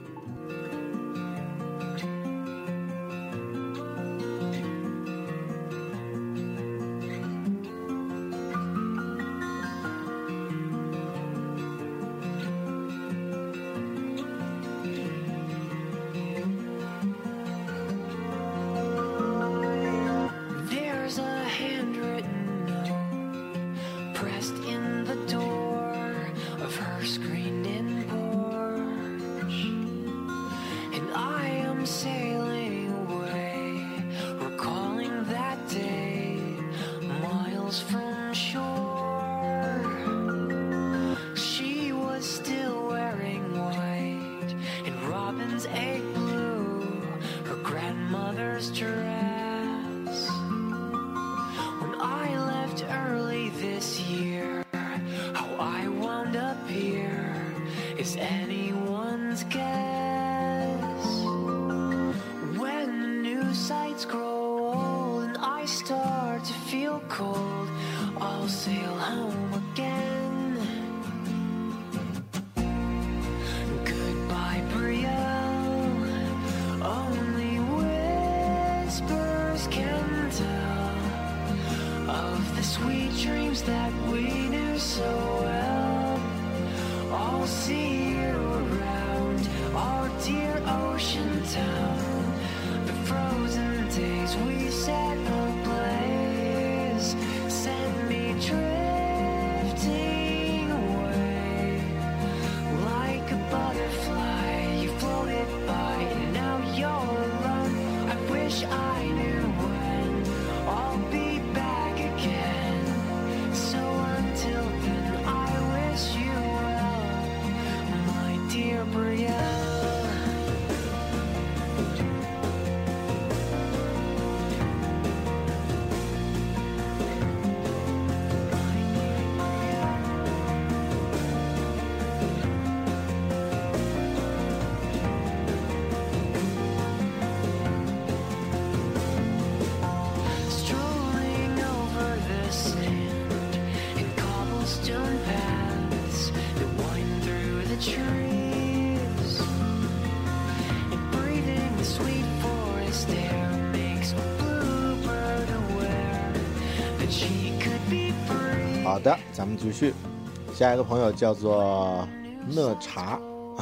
好的，咱们继续。下一个朋友叫做讷茶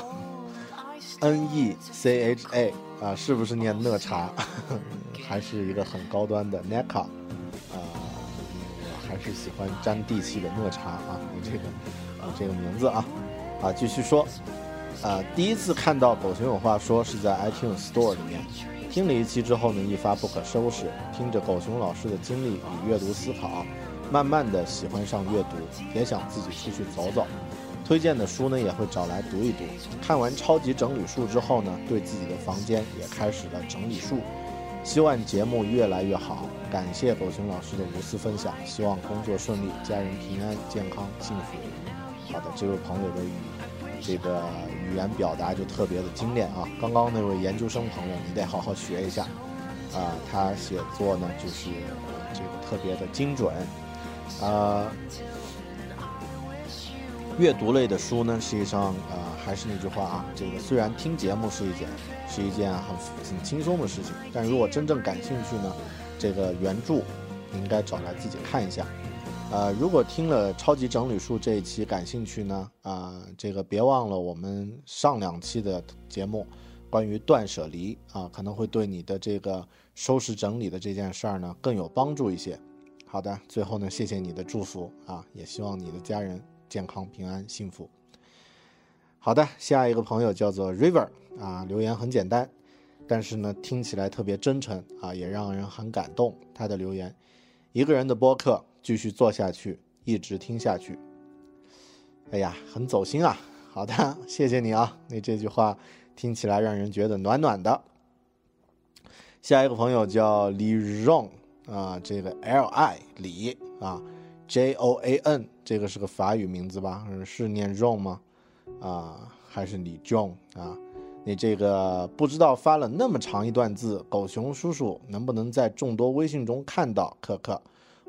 ，NECHA 啊，是不是念讷茶？还是一个很高端的 Neka 啊，我还是喜欢沾地气的讷茶啊，这个名字啊。继续说，第一次看到狗熊有话说是在 iTunes Store 里面，听了一期之后呢，一发不可收拾，听着狗熊老师的经历与阅读思考。慢慢的喜欢上阅读，也想自己出去走走，推荐的书呢也会找来读一读。看完超级整理术之后呢，对自己的房间也开始了整理术。希望节目越来越好，感谢狗熊老师的无私分享，希望工作顺利，家人平安健康幸福。好的，这位朋友的语言表达就特别的精炼啊，刚刚那位研究生朋友你得好好学一下他写作呢就是这个特别的精准。阅读类的书呢，实际上还是那句话啊，这个虽然听节目是一件很轻松的事情，但如果真正感兴趣呢，这个原著应该找来自己看一下。如果听了超级整理术这一期感兴趣呢，这个别忘了我们上2期的节目关于断舍离可能会对你的这个收拾整理的这件事儿呢更有帮助一些。好的，最后呢，谢谢你的祝福也希望你的家人健康平安幸福。好的，下一个朋友叫做 River 留言很简单，但是呢听起来特别真诚也让人很感动。他的留言：一个人的播客继续做下去，一直听下去。哎呀，很走心啊。好的，谢谢你啊，那这句话听起来让人觉得暖暖的。下一个朋友叫李荣这个 Li 李Joan 这个是个法语名字吧？是念 Ron 吗？还是李 John 你这个不知道发了那么长一段字，狗熊叔叔能不能在众多微信中看到？可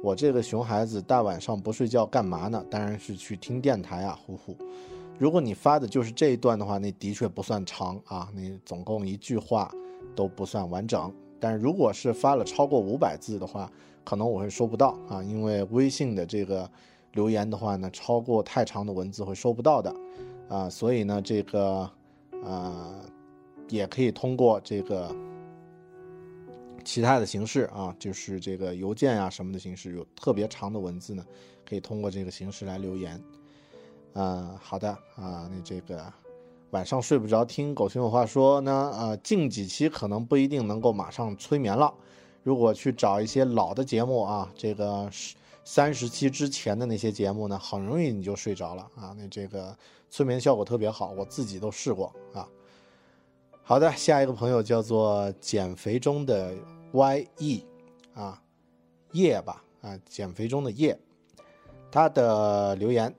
我这个熊孩子大晚上不睡觉干嘛呢？当然是去听电台啊，呼呼。如果你发的就是这一段的话，那的确不算长啊，那总共一句话都不算完整。但如果是发了超过500字的话，可能我会收不到啊，因为微信的这个留言的话呢，超过太长的文字会收不到的啊，所以呢，这个也可以通过这个其他的形式啊，就是这个邮件啊什么的形式，有特别长的文字呢，可以通过这个形式来留言。好的啊，那这个晚上睡不着听狗熊有话说呢，近几期可能不一定能够马上催眠了。如果去找一些老的节目啊，这个30期之前的那些节目呢，很容易你就睡着了啊，那这个催眠效果特别好，我自己都试过啊。好的，下一个朋友叫做减肥中的 YE 啊，叶吧啊，减肥中的叶，他的留言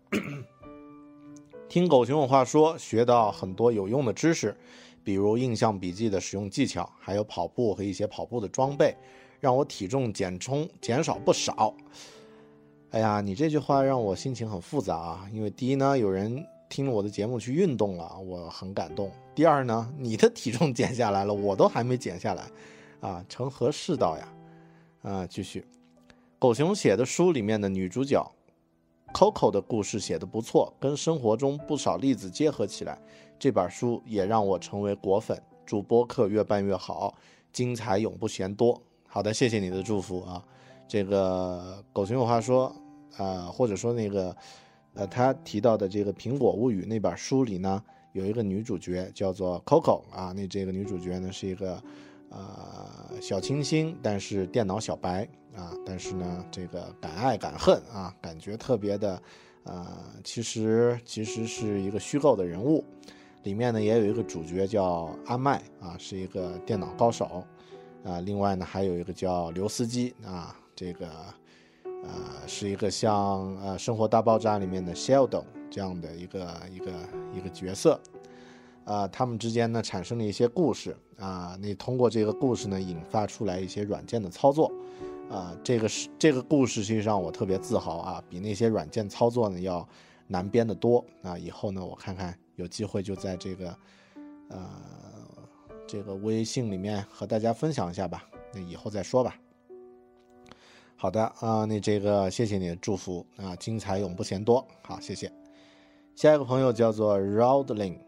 听狗熊有话说，学到很多有用的知识，比如印象笔记的使用技巧，还有跑步和一些跑步的装备，让我体重减少不少。哎呀，你这句话让我心情很复杂啊，因为第一呢，有人听了我的节目去运动了，我很感动。第二呢，你的体重减下来了，我都还没减下来啊，成何世道呀。继续，狗熊写的书里面的女主角 Coco 的故事写得不错，跟生活中不少例子结合起来，这本书也让我成为果粉。祝播客越办越好，精彩永不嫌多。好的，谢谢你的祝福啊。这个狗熊有话说或者说那个他提到的这个苹果物语那本书里呢，有一个女主角叫做 Coco 啊，那这个女主角呢是一个小清新，但是电脑小白啊，但是呢这个敢爱敢恨啊，感觉特别的其实是一个虚构的人物。里面呢也有一个主角叫阿麦啊，是一个电脑高手另外呢还有一个叫刘司机啊，这个是一个像生活大爆炸里面的 Sheldon 这样的一个角色他们之间呢产生了一些故事那通过这个故事呢引发出来一些软件的操作这个故事实际上我特别自豪比那些软件操作呢要难编得多以后呢我看看有机会就在这个微信里面和大家分享一下吧，那以后再说吧。好的那这个谢谢你的祝福精彩永不嫌多，好，谢谢。下一个朋友叫做 Roudlin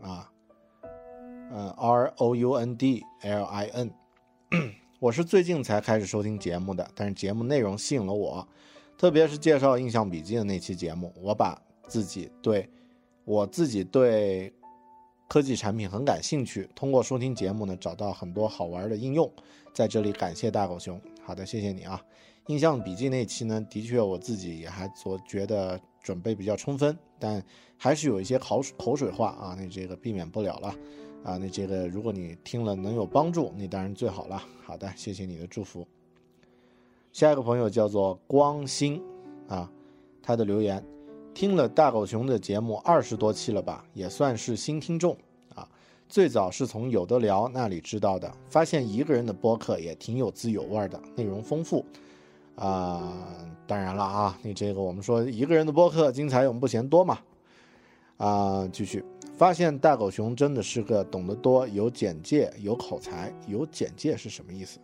ROUNDLIN 我是最近才开始收听节目的，但是节目内容吸引了我，特别是介绍印象笔记的那期节目，我自己对科技产品很感兴趣，通过收听节目呢找到很多好玩的应用，在这里感谢大狗熊。好的，谢谢你印象笔记那期呢，的确我自己也还觉得准备比较充分，但还是有一些口水话那这个避免不了了那这个如果你听了能有帮助，那当然最好了。好的，谢谢你的祝福。下一个朋友叫做光兴他的留言，听了大狗熊的节目20多期了吧，也算是新听众最早是从有的聊那里知道的，发现一个人的播客也挺有滋有味的，内容丰富当然了你这个我们说一个人的播客精彩永不嫌多嘛继续，发现大狗熊真的是个懂得多、有简介、有口才。有简介是什么意思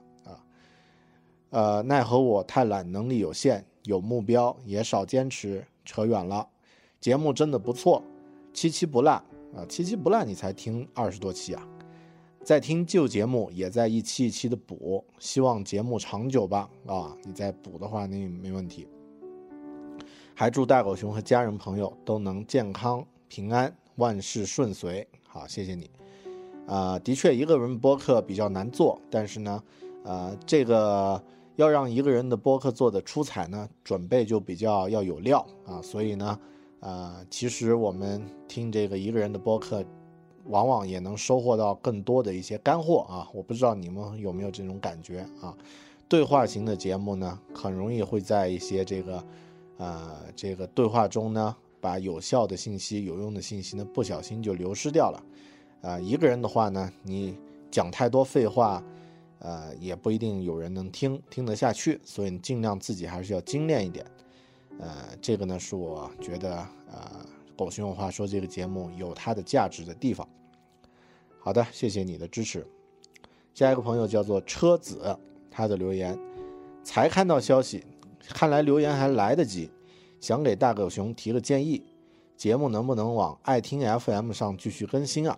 奈何我太懒，能力有限，有目标也少坚持，扯远了。节目真的不错，期期不落期期不落，你才听20多期在听旧节目也在一期一期的补，希望节目长久吧你再补的话那没问题。还祝大狗熊和家人朋友都能健康平安，万事顺遂。好，谢谢你的确一个人播客比较难做，但是呢这个要让一个人的播客做的出彩呢，准备就比较要有料所以呢其实我们听这个一个人的播客往往也能收获到更多的一些干货我不知道你们有没有这种感觉对话型的节目呢很容易会在一些这个对话中呢把有效的信息、有用的信息呢不小心就流失掉了一个人的话呢，你讲太多废话也不一定有人能听得下去，所以尽量自己还是要精炼一点。这个呢是我觉得狗熊有话说这个节目有它的价值的地方。好的，谢谢你的支持。下一个朋友叫做车子，他的留言，才看到消息，看来留言还来得及，想给大狗熊提个建议，节目能不能往爱听 FM 上继续更新啊？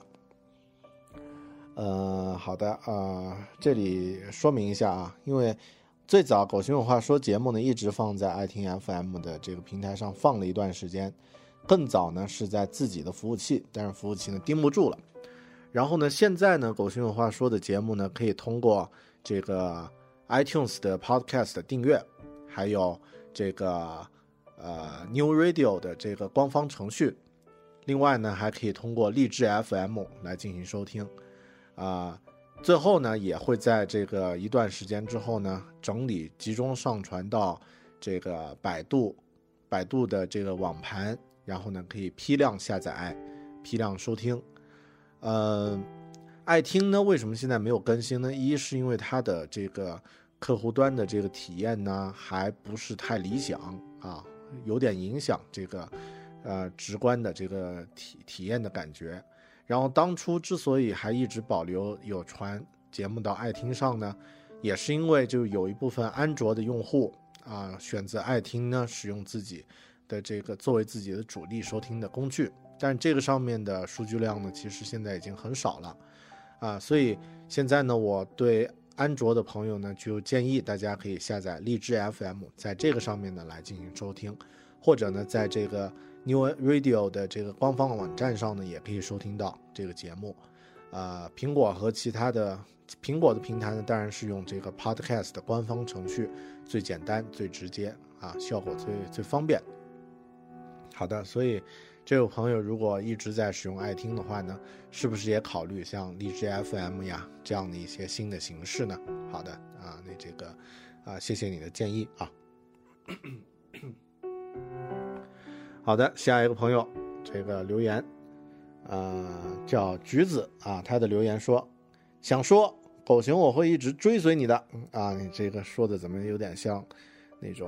好的，这里说明一下啊，因为最早狗熊有话说节目呢一直放在爱听 FM 的这个平台上放了一段时间，更早呢是在自己的服务器，但是服务器呢盯不住了。然后呢，现在呢，狗熊有话说的节目呢，可以通过这个 iTunes 的 Podcast 订阅，还有这个New Radio 的这个官方程序，另外呢，还可以通过荔枝 FM 来进行收听。最后呢，也会在这个一段时间之后呢，整理集中上传到这个百度的这个网盘，然后呢，可以批量下载、批量收听。爱听呢为什么现在没有更新呢？一是因为它的这个客户端的这个体验呢还不是太理想啊，有点影响这个直观的这个体验的感觉。然后当初之所以还一直保留有传节目到爱听上呢，也是因为就有一部分安卓的用户选择爱听呢使用自己的这个作为自己的主力收听的工具。但这个上面的数据量呢，其实现在已经很少了所以现在呢，我对安卓的朋友呢，就建议大家可以下载荔枝 FM， 在这个上面呢来进行收听，或者呢，在这个 New Radio 的这个官方网站上呢，也可以收听到这个节目。苹果和其他的苹果的平台呢，当然是用这个 Podcast 的官方程序，最简单、最直接效果最方便。好的，所以这位朋友如果一直在使用爱听的话呢，是不是也考虑像荔枝 FM 呀这样的一些新的形式呢？好的那这个谢谢你的建议啊。好的，下一个朋友这个留言叫橘子他的留言说，想说狗熊我会一直追随你的你这个说的怎么有点像那种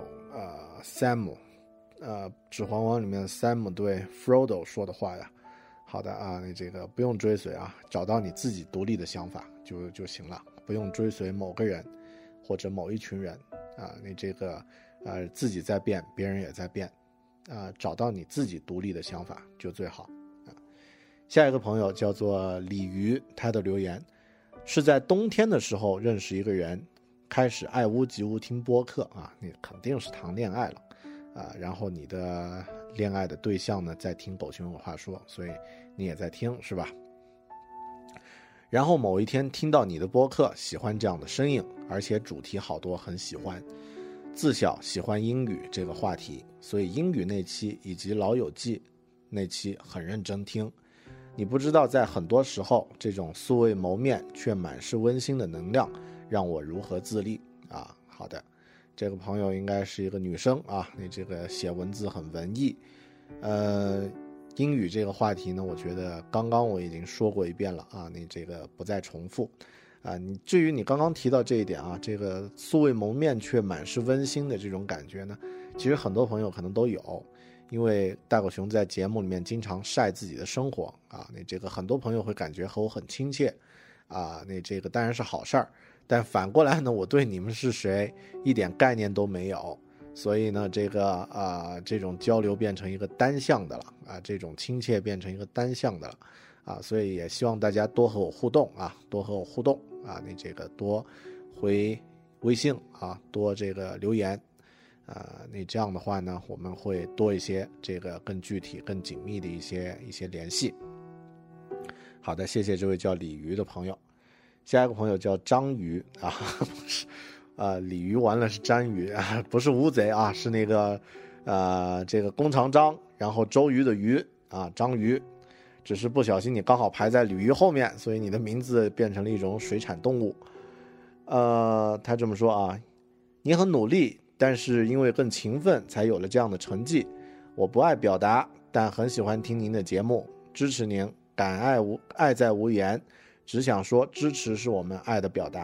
Sam指环王里面 Sam 对 Frodo 说的话呀。好的你这个不用追随找到你自己独立的想法就行了，不用追随某个人或者某一群人你这个自己在变，别人也在变找到你自己独立的想法就最好下一个朋友叫做鲤鱼，他的留言是在冬天的时候认识一个人，开始爱屋及乌听播客你肯定是谈恋爱了然后你的恋爱的对象呢在听狗熊有话说，所以你也在听是吧？然后某一天听到你的播客，喜欢这样的声音，而且主题好多很喜欢。自小喜欢英语这个话题，所以英语那期以及老友记那期很认真听。你不知道在很多时候，这种素未谋面却满是温馨的能量让我如何自立好的，这个朋友应该是一个女生你这个写文字很文艺。英语这个话题呢，我觉得刚刚我已经说过一遍了你这个不再重复你至于你刚刚提到这一点这个素未谋面却满是温馨的这种感觉呢，其实很多朋友可能都有，因为大狗熊在节目里面经常晒自己的生活那这个很多朋友会感觉和我很亲切那这个当然是好事儿，但反过来呢，我对你们是谁一点概念都没有，所以呢这个这种交流变成一个单向的了这种亲切变成一个单向的了所以也希望大家多和我互动多和我互动你这个多回微信多这个留言你这样的话呢，我们会多一些这个更具体更紧密的一些联系。好的，谢谢这位叫鲤鱼的朋友。下一个朋友叫章鱼不是鲤鱼完了是章鱼不是乌贼是那个这个弓长张然后周瑜的瑜章鱼，只是不小心你刚好排在鲤鱼后面，所以你的名字变成了一种水产动物。他这么说你很努力，但是因为更勤奋才有了这样的成绩。我不爱表达，但很喜欢听您的节目，支持您，爱在无言，只想说支持是我们爱的表达。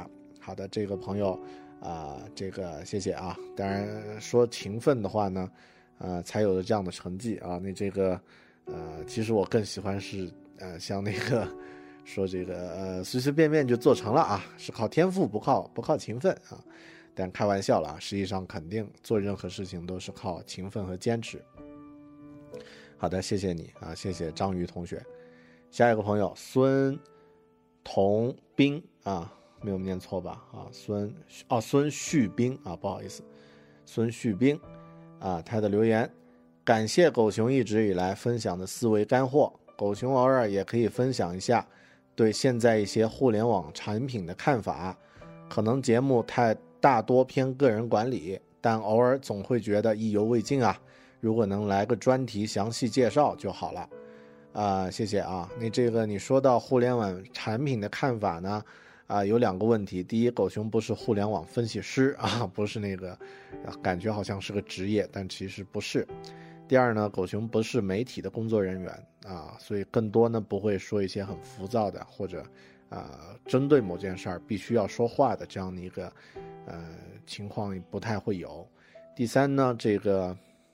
好的，这个朋友这个谢谢啊。当然说勤奋的话呢，才有了这样的成绩啊。那这个其实我更喜欢是像那个说这个随随便便就做成了啊，是靠天赋不靠勤奋啊。但开玩笑了啊，实际上肯定做任何事情都是靠勤奋和坚持。好的，谢谢你啊，谢谢章鱼同学。下一个朋友孙同斌啊，没有念错吧？孙旭斌啊，不好意思，孙旭斌啊，他的留言，感谢狗熊一直以来分享的思维干货，狗熊偶尔也可以分享一下对现在一些互联网产品的看法，可能节目大多偏个人管理，但偶尔总会觉得意犹未尽啊，如果能来个专题详细介绍就好了。谢谢啊。那这个你说到互联网产品的看法呢，有2个问题。第一，狗熊不是互联网分析师啊，不是那个感觉好像是个职业，但其实不是。第二呢，狗熊不是媒体的工作人员啊，所以更多呢不会说一些很浮躁的或者针对某件事儿必须要说话的这样的一个情况不太会有。第三呢，这个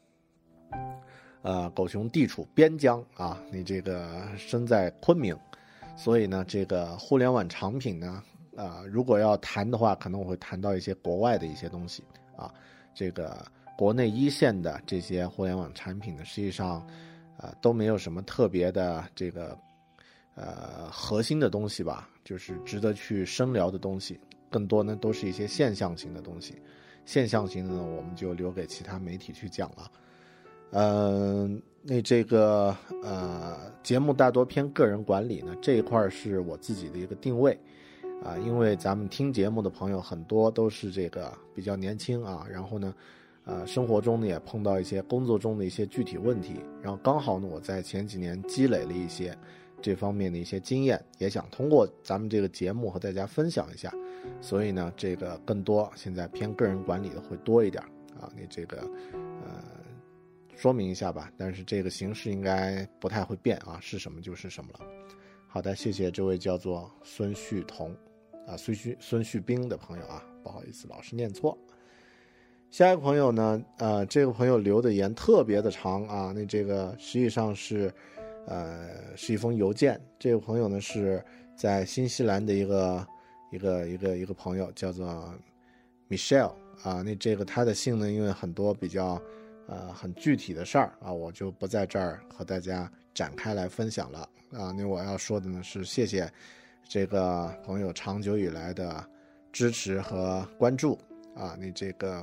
狗熊地处边疆啊，你这个身在昆明，所以呢这个互联网产品呢如果要谈的话，可能我会谈到一些国外的一些东西啊。这个国内一线的这些互联网产品呢，实际上都没有什么特别的这个核心的东西吧，就是值得去深聊的东西，更多呢都是一些现象型的东西。现象型的呢，我们就留给其他媒体去讲了。那这个节目大多偏个人管理呢，这一块是我自己的一个定位因为咱们听节目的朋友很多都是这个比较年轻啊，然后呢生活中呢也碰到一些工作中的一些具体问题，然后刚好呢我在前几年积累了一些这方面的一些经验，也想通过咱们这个节目和大家分享一下，所以呢这个更多现在偏个人管理的会多一点啊。你这个说明一下吧，但是这个形式应该不太会变啊，是什么就是什么了。好的，谢谢这位叫做孙旭斌的朋友啊，不好意思老是念错。下一个朋友呢这个朋友留的言特别的长啊，那这个实际上是一封邮件。这个朋友呢是在新西兰的一个朋友，叫做 Michelle 啊。那这个他的信呢，因为很多比较很具体的事儿啊，我就不在这儿和大家展开来分享了啊。那我要说的呢是谢谢这个朋友长久以来的支持和关注啊。那这个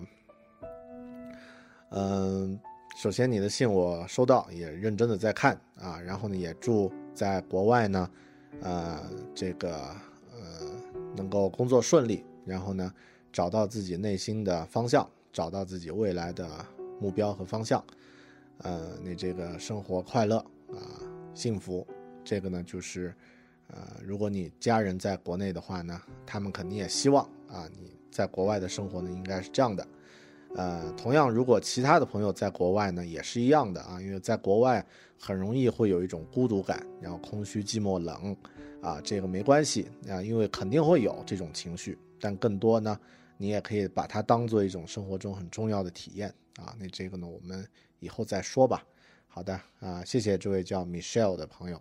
首先你的信我收到，也认真的在看啊，然后呢也祝在国外呢这个能够工作顺利，然后呢找到自己内心的方向，找到自己未来的目标和方向，你这个生活快乐幸福。这个呢就是如果你家人在国内的话呢，他们肯定也希望你在国外的生活呢应该是这样的。同样如果其他的朋友在国外呢也是一样的因为在国外很容易会有一种孤独感，然后空虚寂寞冷这个没关系因为肯定会有这种情绪，但更多呢你也可以把它当做一种生活中很重要的体验那这个呢我们以后再说吧。好的谢谢这位叫 Michelle 的朋友。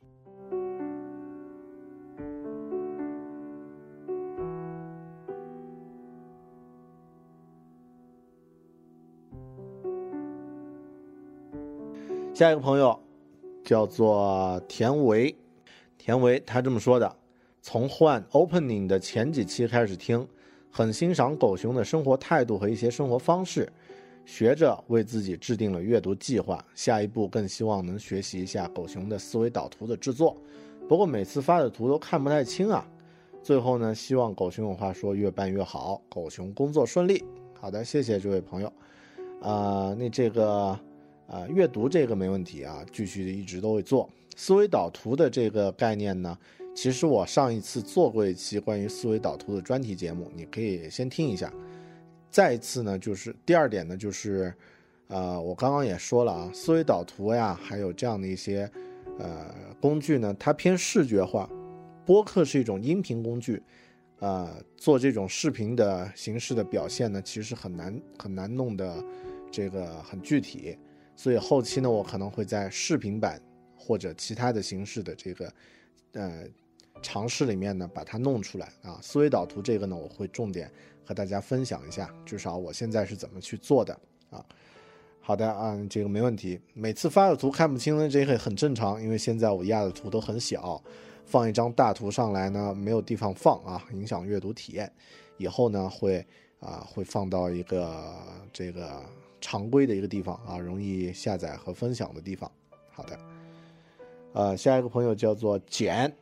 下一个朋友叫做田维，他这么说的：从换 opening 的前几期开始听，很欣赏狗熊的生活态度和一些生活方式，学着为自己制定了阅读计划，下一步更希望能学习一下狗熊的思维导图的制作，不过每次发的图都看不太清最后呢希望狗熊有话说越办越好，狗熊工作顺利。好的，谢谢这位朋友那这个阅读这个没问题继续一直都会做。思维导图的这个概念呢，其实我上一次做过一期关于思维导图的专题节目，你可以先听一下。再一次呢就是第二点呢就是我刚刚也说了思维导图还有这样的一些工具呢，它偏视觉化。播客是一种音频工具做这种视频的形式的表现呢，其实很难弄的这个很具体，所以后期呢，我可能会在视频版或者其他的形式的这个尝试里面呢，把它弄出来啊。思维导图这个呢，我会重点和大家分享一下，至少我现在是怎么去做的啊。好的啊，这个没问题。每次发的图看不清呢，这个很正常，因为现在我压的图都很小，放一张大图上来呢，没有地方放啊，影响阅读体验。以后呢，会放到一个这个常规的一个地方啊，容易下载和分享的地方。好的，下一个朋友叫做简，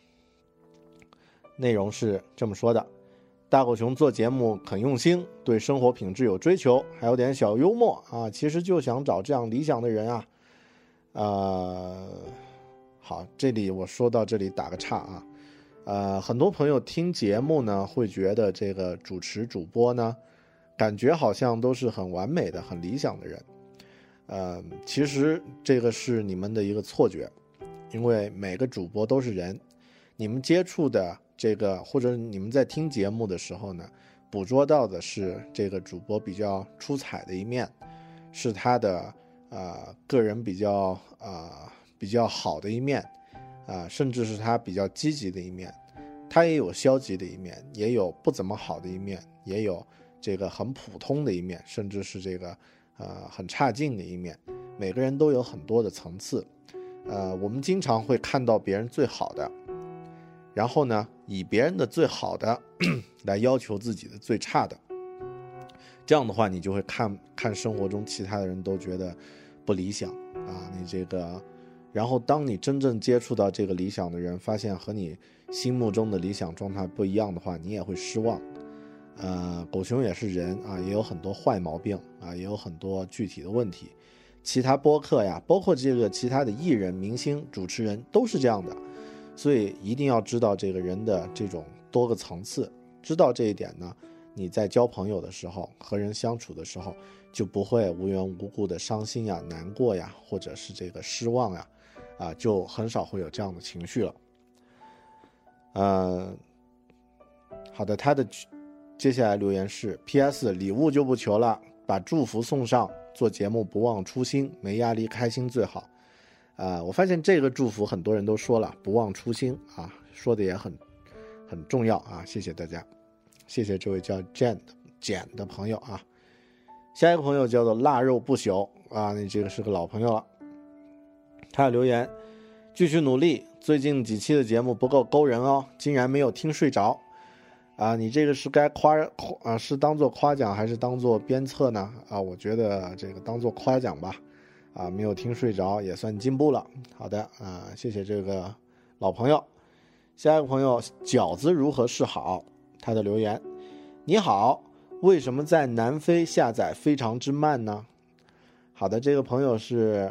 内容是这么说的：大狗熊做节目很用心，对生活品质有追求，还有点小幽默啊。其实就想找这样理想的人啊。好，这里我说到这里打个岔啊。很多朋友听节目呢，会觉得这个主持主播呢，感觉好像都是很完美的、很理想的人。其实这个是你们的一个错觉，因为每个主播都是人，你们接触的这个或者你们在听节目的时候呢，捕捉到的是这个主播比较出彩的一面，是他的个人比较好的一面甚至是他比较积极的一面。他也有消极的一面，也有不怎么好的一面，也有这个很普通的一面，甚至是这个很差劲的一面。每个人都有很多的层次。我们经常会看到别人最好的，然后呢，以别人的最好的来要求自己的最差的。这样的话，你就会看生活中其他的人都觉得不理想啊。你这个，然后当你真正接触到这个理想的人，发现和你心目中的理想状态不一样的话，你也会失望。狗熊也是人啊，也有很多坏毛病啊，也有很多具体的问题。其他播客呀，包括这个其他的艺人、明星、主持人都是这样的，所以一定要知道这个人的这种多个层次。知道这一点呢，你在交朋友的时候，和人相处的时候，就不会无缘无故的伤心呀、难过呀，或者是这个失望呀，就很少会有这样的情绪了。好的，他的接下来留言是 PS 礼物就不求了，把祝福送上，做节目不忘初心，没压力开心最好。我发现这个祝福很多人都说了，不忘初心啊，说的也很重要啊，谢谢大家，谢谢这位叫简的朋友啊。下一个朋友叫做腊肉不朽啊，你这个是个老朋友了。他的留言：继续努力，最近几期的节目不够勾人哦，竟然没有听睡着啊！你这个是该是当做夸奖还是当做鞭策呢？我觉得这个当做夸奖吧。没有听睡着也算进步了。好的谢谢这个老朋友。下一个朋友饺子如何是好？他的留言：你好，为什么在南非下载非常之慢呢？好的，这个朋友是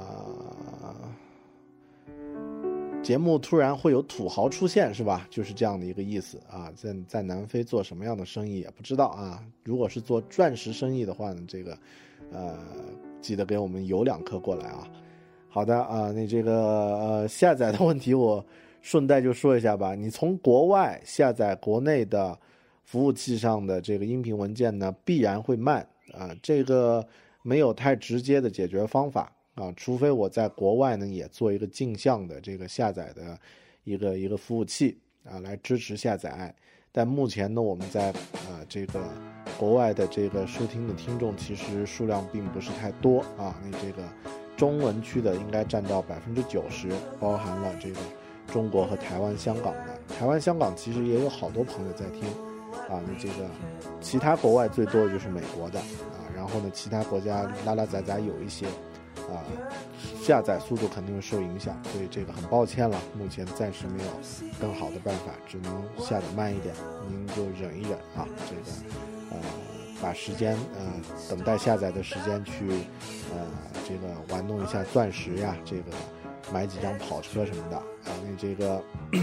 节目突然会有土豪出现是吧？就是这样的一个意思啊。在南非做什么样的生意也不知道啊。如果是做钻石生意的话呢，这个记得给我们邮2颗过来啊。好的那这个下载的问题我顺带就说一下吧。你从国外下载国内的服务器上的这个音频文件呢，必然会慢这个没有太直接的解决方法除非我在国外呢也做一个镜像的这个下载的一个服务器来支持下载。但目前呢，我们在这个国外的这个收听的听众其实数量并不是太多那这个中文区的应该占到90%，包含了这个中国和台湾、香港的。台湾、香港其实也有好多朋友在听那这个其他国外最多的就是美国的然后呢，其他国家拉拉杂杂有一些下载速度肯定会受影响，所以这个很抱歉了，目前暂时没有更好的办法，只能下载慢一点，您就忍一忍这个把时间等待下载的时间去这个玩弄一下钻石呀，这个买几张跑车什么的那这个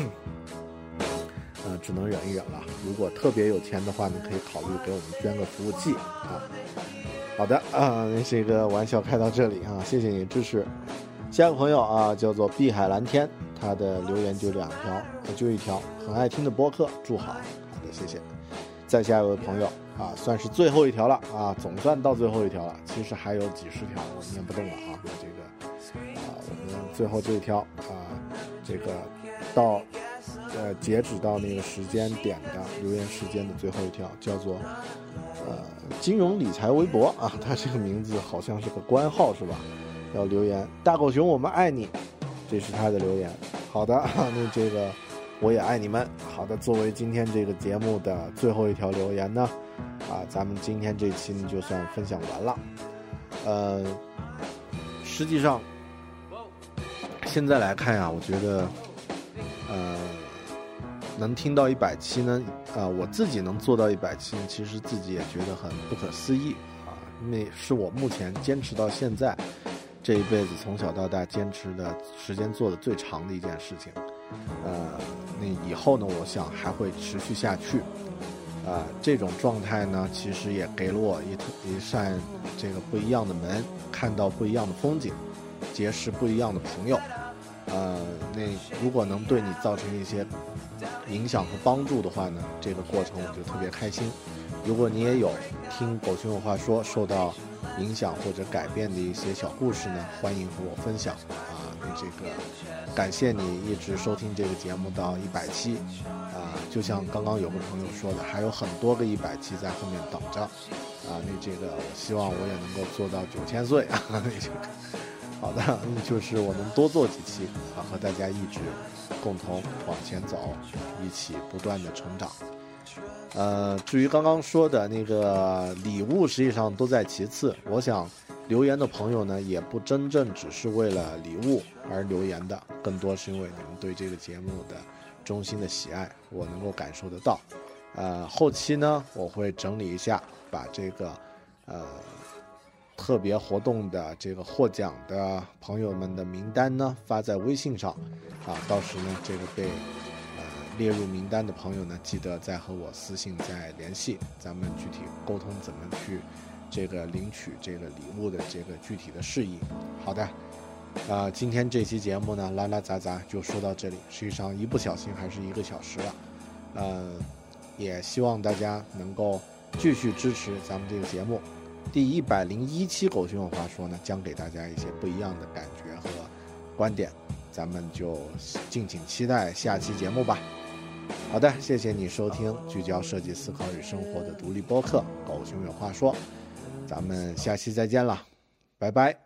只能忍一忍了。如果特别有钱的话，你可以考虑给我们捐个服务器好的这个玩笑开到这里谢谢你支持。下个朋友叫做碧海蓝天，他的留言就2条，就1条，很爱听的播客，祝好。好谢谢。再下一位朋友啊，算是最后一条了啊，总算到最后一条了，其实还有几十条，我念不动了啊。那这个我们最后这一条啊，这个到截止到那个时间点的留言时间的最后一条，叫做金融理财微博啊，他这个名字好像是个官号是吧？要留言，大狗熊我们爱你，这是他的留言。好的，那这个我也爱你们。好的，作为今天这个节目的最后一条留言呢，咱们今天这期呢就算分享完了。实际上现在来看啊，我觉得能听到100期呢，我自己能做到100期，其实自己也觉得很不可思议啊，因为是我目前坚持到现在，这一辈子从小到大坚持的时间做的最长的一件事情。那以后呢，我想还会持续下去。这种状态呢，其实也给了我一扇这个不一样的门，看到不一样的风景，结识不一样的朋友。那如果能对你造成一些影响和帮助的话呢，这个过程我就特别开心。如果你也有听狗熊有话说受到影响或者改变的一些小故事呢，欢迎和我分享啊。那这个感谢你一直收听这个节目到100期就像刚刚有个朋友说的，还有很多个100期在后面等着那这个我希望我也能够做到9000岁啊。那这个好的，就是我们多做几期和大家一直共同往前走，一起不断的成长。至于刚刚说的那个礼物，实际上都在其次。我想留言的朋友呢，也不真正只是为了礼物而留言的，更多是因为你们对这个节目的衷心的喜爱，我能够感受得到。后期呢，我会整理一下，把这个特别活动的这个获奖的朋友们的名单呢发在微信上到时呢这个被列入名单的朋友呢，记得再和我私信再联系，咱们具体沟通怎么去这个领取这个礼物的这个具体的事宜。好的，今天这期节目呢拉拉杂杂就说到这里，实际上一不小心还是1个小时了。也希望大家能够继续支持咱们这个节目。第101期狗熊有话说呢，将给大家一些不一样的感觉和观点，咱们就敬请期待下期节目吧。好的，谢谢你收听聚焦设计思考与生活的独立播客狗熊有话说，咱们下期再见了，拜拜。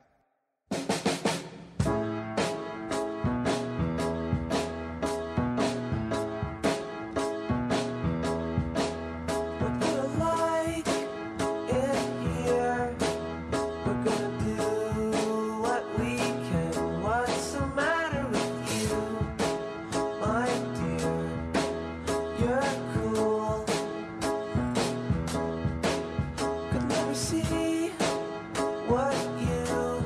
See what you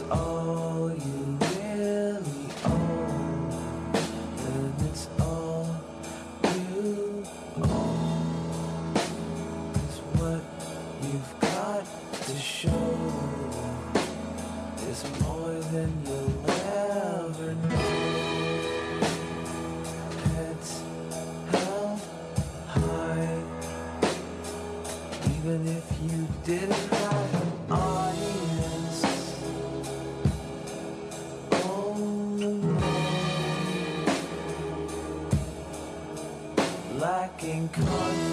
all you really own, then it's all you own. Is what you've got to show is more than you'll ever know. Heads held high, even if you didn't have an audience. Oh no, lacking confidence.